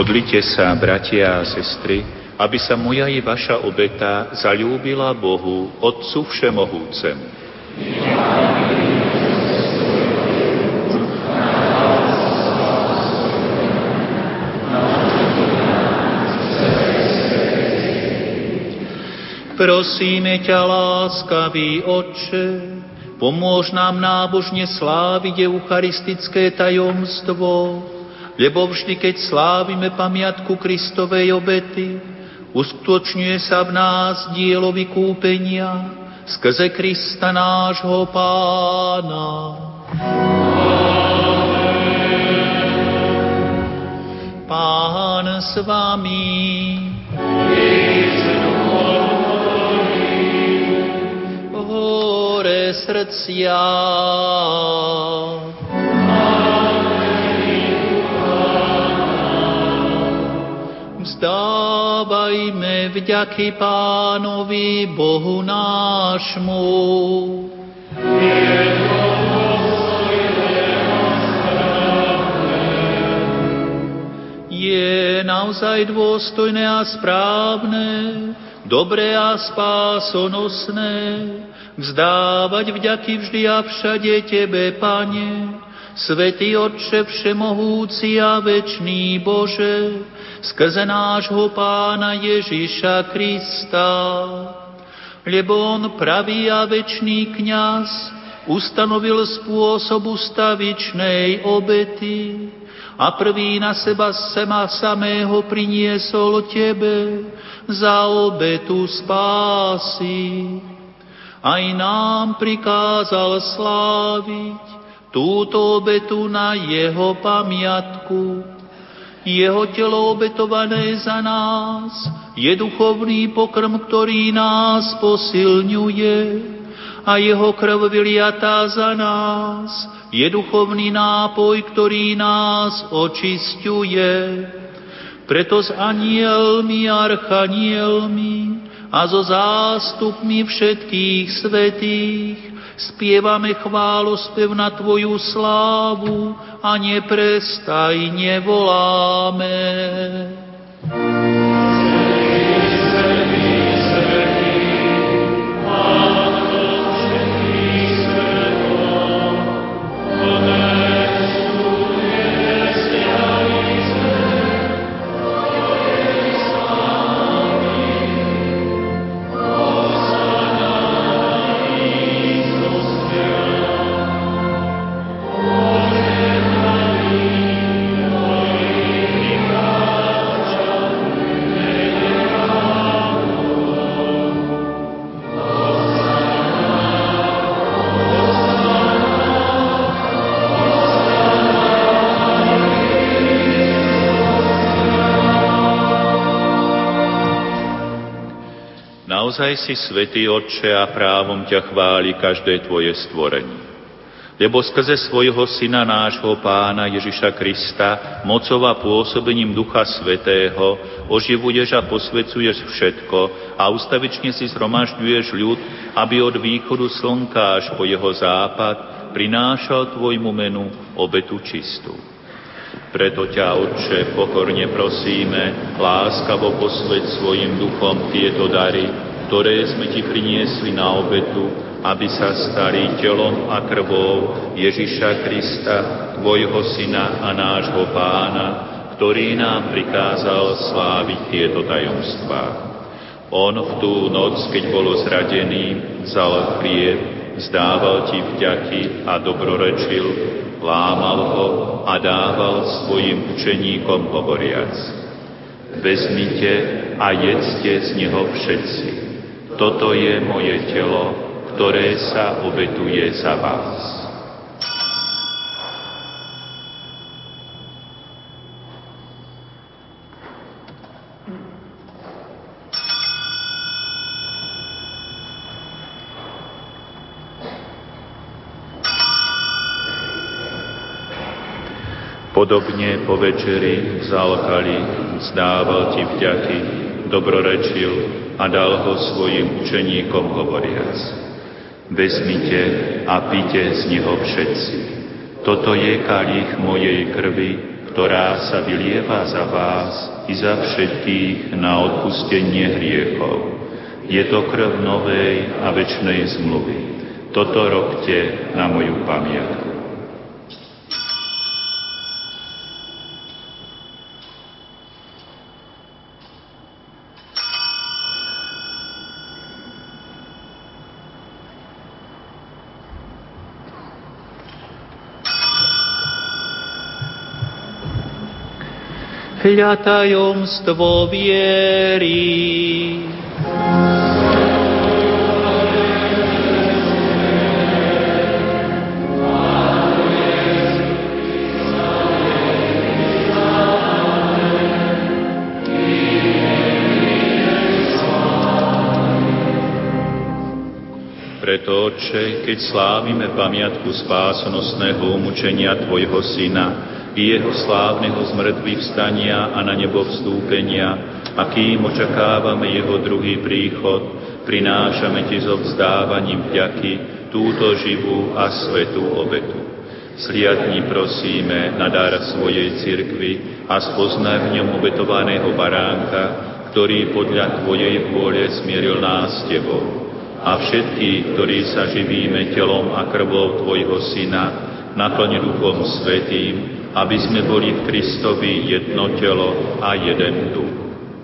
Modlite sa, bratia a sestry, aby sa moja i vaša obeta zaľúbila Bohu, Otcu Všemohúcemu. Prosíme ťa, láskavý Otče, pomôž nám nábožne sláviť eucharistické tajomstvo, lebo vždy, keď slávime pamiatku Kristovej obety, uskutočňuje sa v nás dielo vykúpenia skrze Krista nášho Pána. Pán s vami. Hore srdcia. Vzdávajme vďaky Pánovi Bohu nášmu. Je naozaj dôstojné a správne, dobré a spásonosné vzdávať vďaky vždy a všade Tebe, Pane, Svätý Otče všemohúci a večný Bože, skrze nášho Pána Ježiša Krista. Lebo on, pravý a večný kňaz, ustanovil spôsob ustavičnej obety a prvý na seba samého priniesol Tebe za obetu spásy. Aj nám prikázal sláviť túto obetu na jeho pamiatku. Jeho telo obetované za nás je duchovný pokrm, ktorý nás posilňuje, a jeho krv vyliatá za nás je duchovný nápoj, ktorý nás očisťuje. Preto s anielmi, archanielmi a so zástupmi všetkých svätých spievame chválospev na Tvoju slávu a neprestajne voláme. Naozaj si, Svätý Otče, a právom ťa chváli každé Tvoje stvorenie. Lebo skrze svojho Syna, nášho Pána Ježiša Krista, mocou a pôsobením Ducha Svätého oživuješ a posvecuješ všetko a ustavične si zhromažďuješ ľud, aby od východu slnka až po jeho západ prinášal Tvojmu menu obetu čistú. Preto ťa, Otče, pokorne prosíme, láskavo posväť svojim duchom tieto dary, ktoré sme Ti priniesli na obetu, aby sa stali telom a krvou Ježiša Krista, Tvojho Syna a nášho Pána, ktorý nám prikázal sláviť tieto tajomstvá. On v tú noc, keď bol zradený, vzal chlieb, vzdával Ti vďaky a dobrorečil, lámal ho a dával svojim učeníkom hovoriac: Vezmite a jedzte z neho všetci. Toto je moje telo, ktoré sa obetuje za vás. Podobne po večeri vzal kalich, vzdával Ti vďaky, dobrorečil a dal ho svojim učeníkom hovoriac: Vezmite a pite z neho všetci. Toto je kalich mojej krvi, ktorá sa vylieva za vás i za všetkých na odpustenie hriechov. Je to krv novej a večnej zmluvy. Toto robte na moju pamiatku. Hľa tajomstvo viery. Preto, Otče, keď slávime pamiatku spásonosného umučenia Tvojho Syna i jeho slávneho zmrtvých vstania a na nebo vstúpenia, a kým očakávame jeho druhý príchod, prinášame Ti so vzdávaním vďaky túto živú a svätú obetu. Sliadni prosíme na dar svojej cirkvi a spoznaj v ňom obetovaného baránka, ktorý podľa Tvojej vôle smieril nás s Tebou. A všetkých, ktorí sa živíme telom a krvou Tvojho Syna, naplň Duchom Svätým, aby sme boli v Kristovi jedno telo a jeden duch.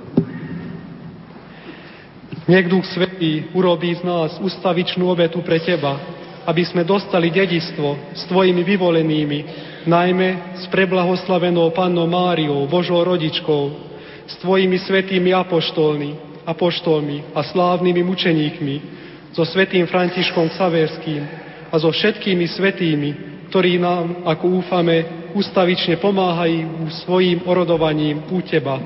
Nech Duch Svätý urobí z nás ustavičnú obetu pre Teba, aby sme dostali dedičstvo s Tvojimi vyvolenými, najmä s preblahoslavenou Pannou Máriou, Božou rodičkou, s Tvojimi svätými apoštolmi a slávnymi mučeníkmi, so svätým Františkom Xaverským a so všetkými svätými, ktorí nám, ako úfame, ustavične pomáhajú svojím orodovaním u Teba.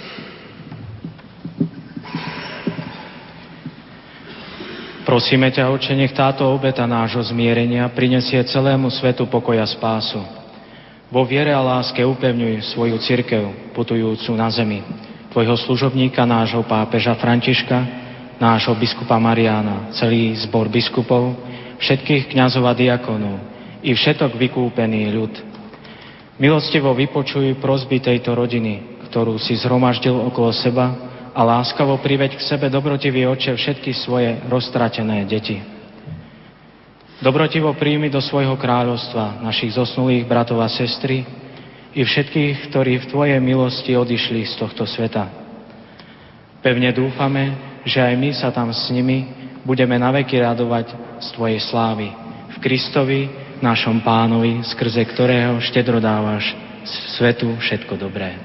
Prosíme ťa, Otče, nech táto obeta nášho zmierenia prinesie celému svetu pokoja spásu. Vo viere a láske upevňuj svoju cirkev, putujúcu na zemi, tvojho služobníka, nášho pápeža Františka, nášho biskupa Mariána, celý zbor biskupov, všetkých kňazov a diakonov i všetok vykúpený ľud. Milostivo vypočuj prosby tejto rodiny, ktorú si zhromaždil okolo seba, a láskavo priveď k sebe, dobrotivý Otče, všetky svoje roztratené deti. Dobrotivo príjmi do svojho kráľovstva našich zosnulých bratov a sestry i všetkých, ktorí v Tvojej milosti odišli z tohto sveta. Pevne dúfame, že aj my sa tam s nimi budeme naveky radovať z Tvojej slávy. V Kristovi, našom Pánovi, skrze ktorého štedro dávaš svetu všetko dobré.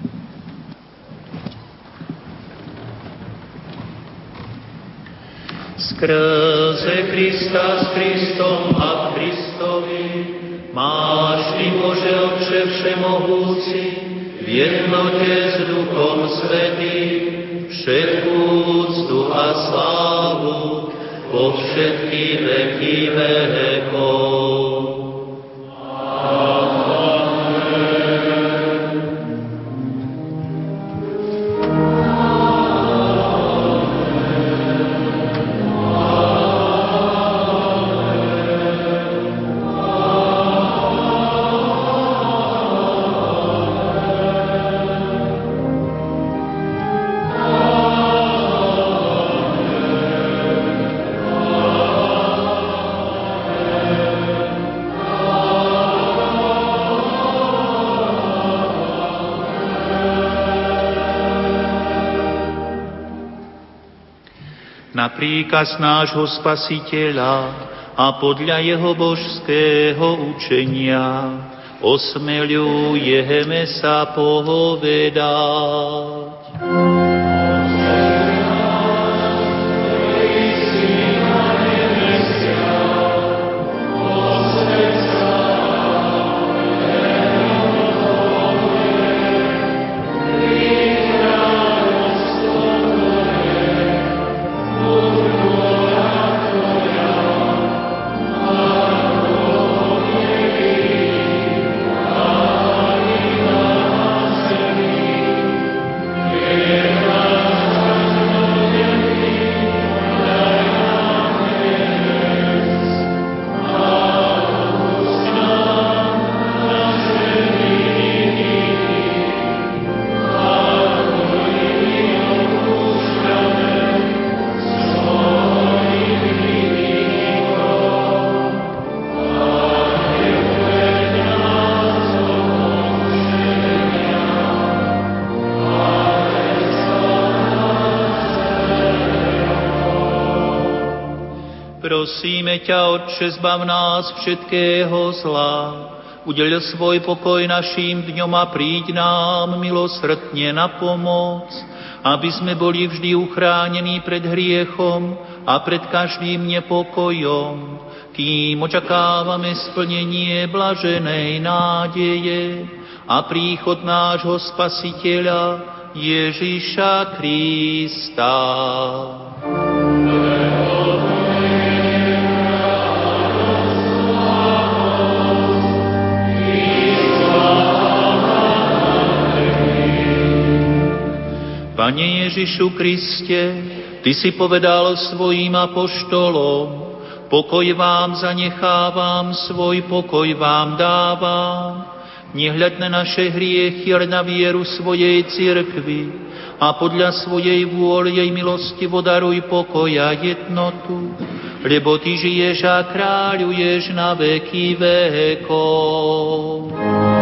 Skrze Krista, s Kristom a v Kristovi máš Ty, Bože Otče všemohúci, v jednote s Duchom Svätým všetkú úctu a slávu po všetky veky vekov. Na príkaz nášho Spasiteľa a podľa jeho božského učenia osmeľujeme sa povedať. Yeah. Prosíme ťa, Otče, zbav nás všetkého zla. Udeľ svoj pokoj našim dňom a príď nám milosrdne na pomoc, aby sme boli vždy uchránení pred hriechom a pred každým nepokojom, kým očakávame splnenie blaženej nádeje a príchod nášho Spasiteľa Ježiša Krista. Pane Ježišu Kriste, Ty si povedal svojim apoštolom: pokoj vám zanechávam, svoj pokoj vám dávam. Nehľad na naše hriechy, ale na vieru svojej cirkvi a podľa svojej vôle jej milostivo daruj pokoj a jednotu, lebo Ty žiješ a kráľuješ na veky vekov.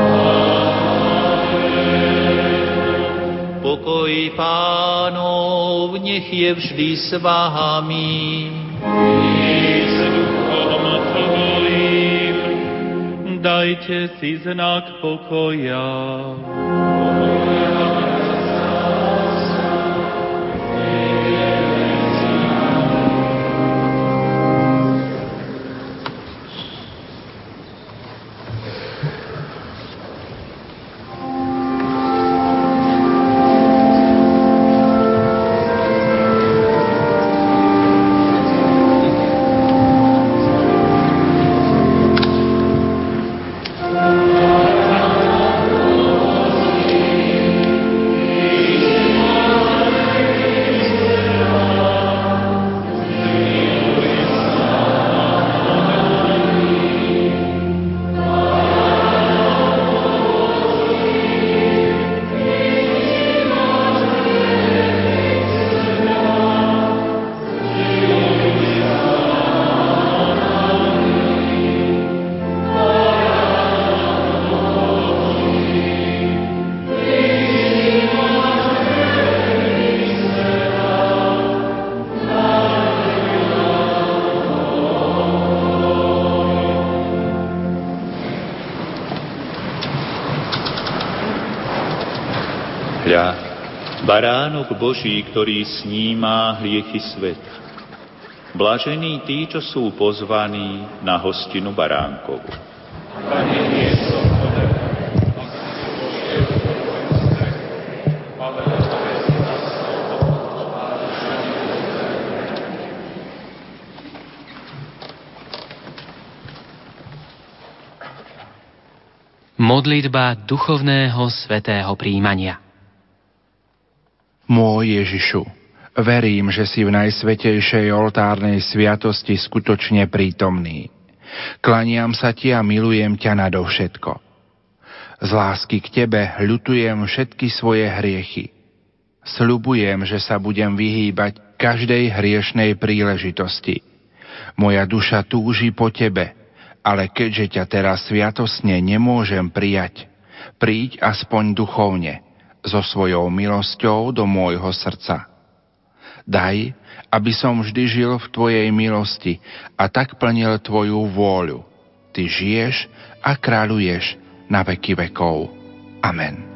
Pokoj Pánov, nech je vždy s vami. S duchom tvojím. Dajte si znak pokoja. Baránok Boží, ktorý sníma hriechy sveta. Blažení tí, čo sú pozvaní na hostinu baránkovu. Pane, nie som hoden, Modlitba duchovného svätého prijímania. Môj Ježišu, verím, že si v najsvätejšej oltárnej sviatosti skutočne prítomný. Klaniam sa Ti a milujem ťa nadovšetko. Z lásky k Tebe ľutujem všetky svoje hriechy. Sľubujem, že sa budem vyhýbať každej hriešnej príležitosti. Moja duša túži po Tebe, ale keďže ťa teraz sviatosne nemôžem prijať, príď aspoň duchovne, so svojou milosťou do môjho srdca. Daj, aby som vždy žil v Tvojej milosti a tak plnil Tvoju vôľu. Ty žiješ a kráľuješ na veky vekov. Amen.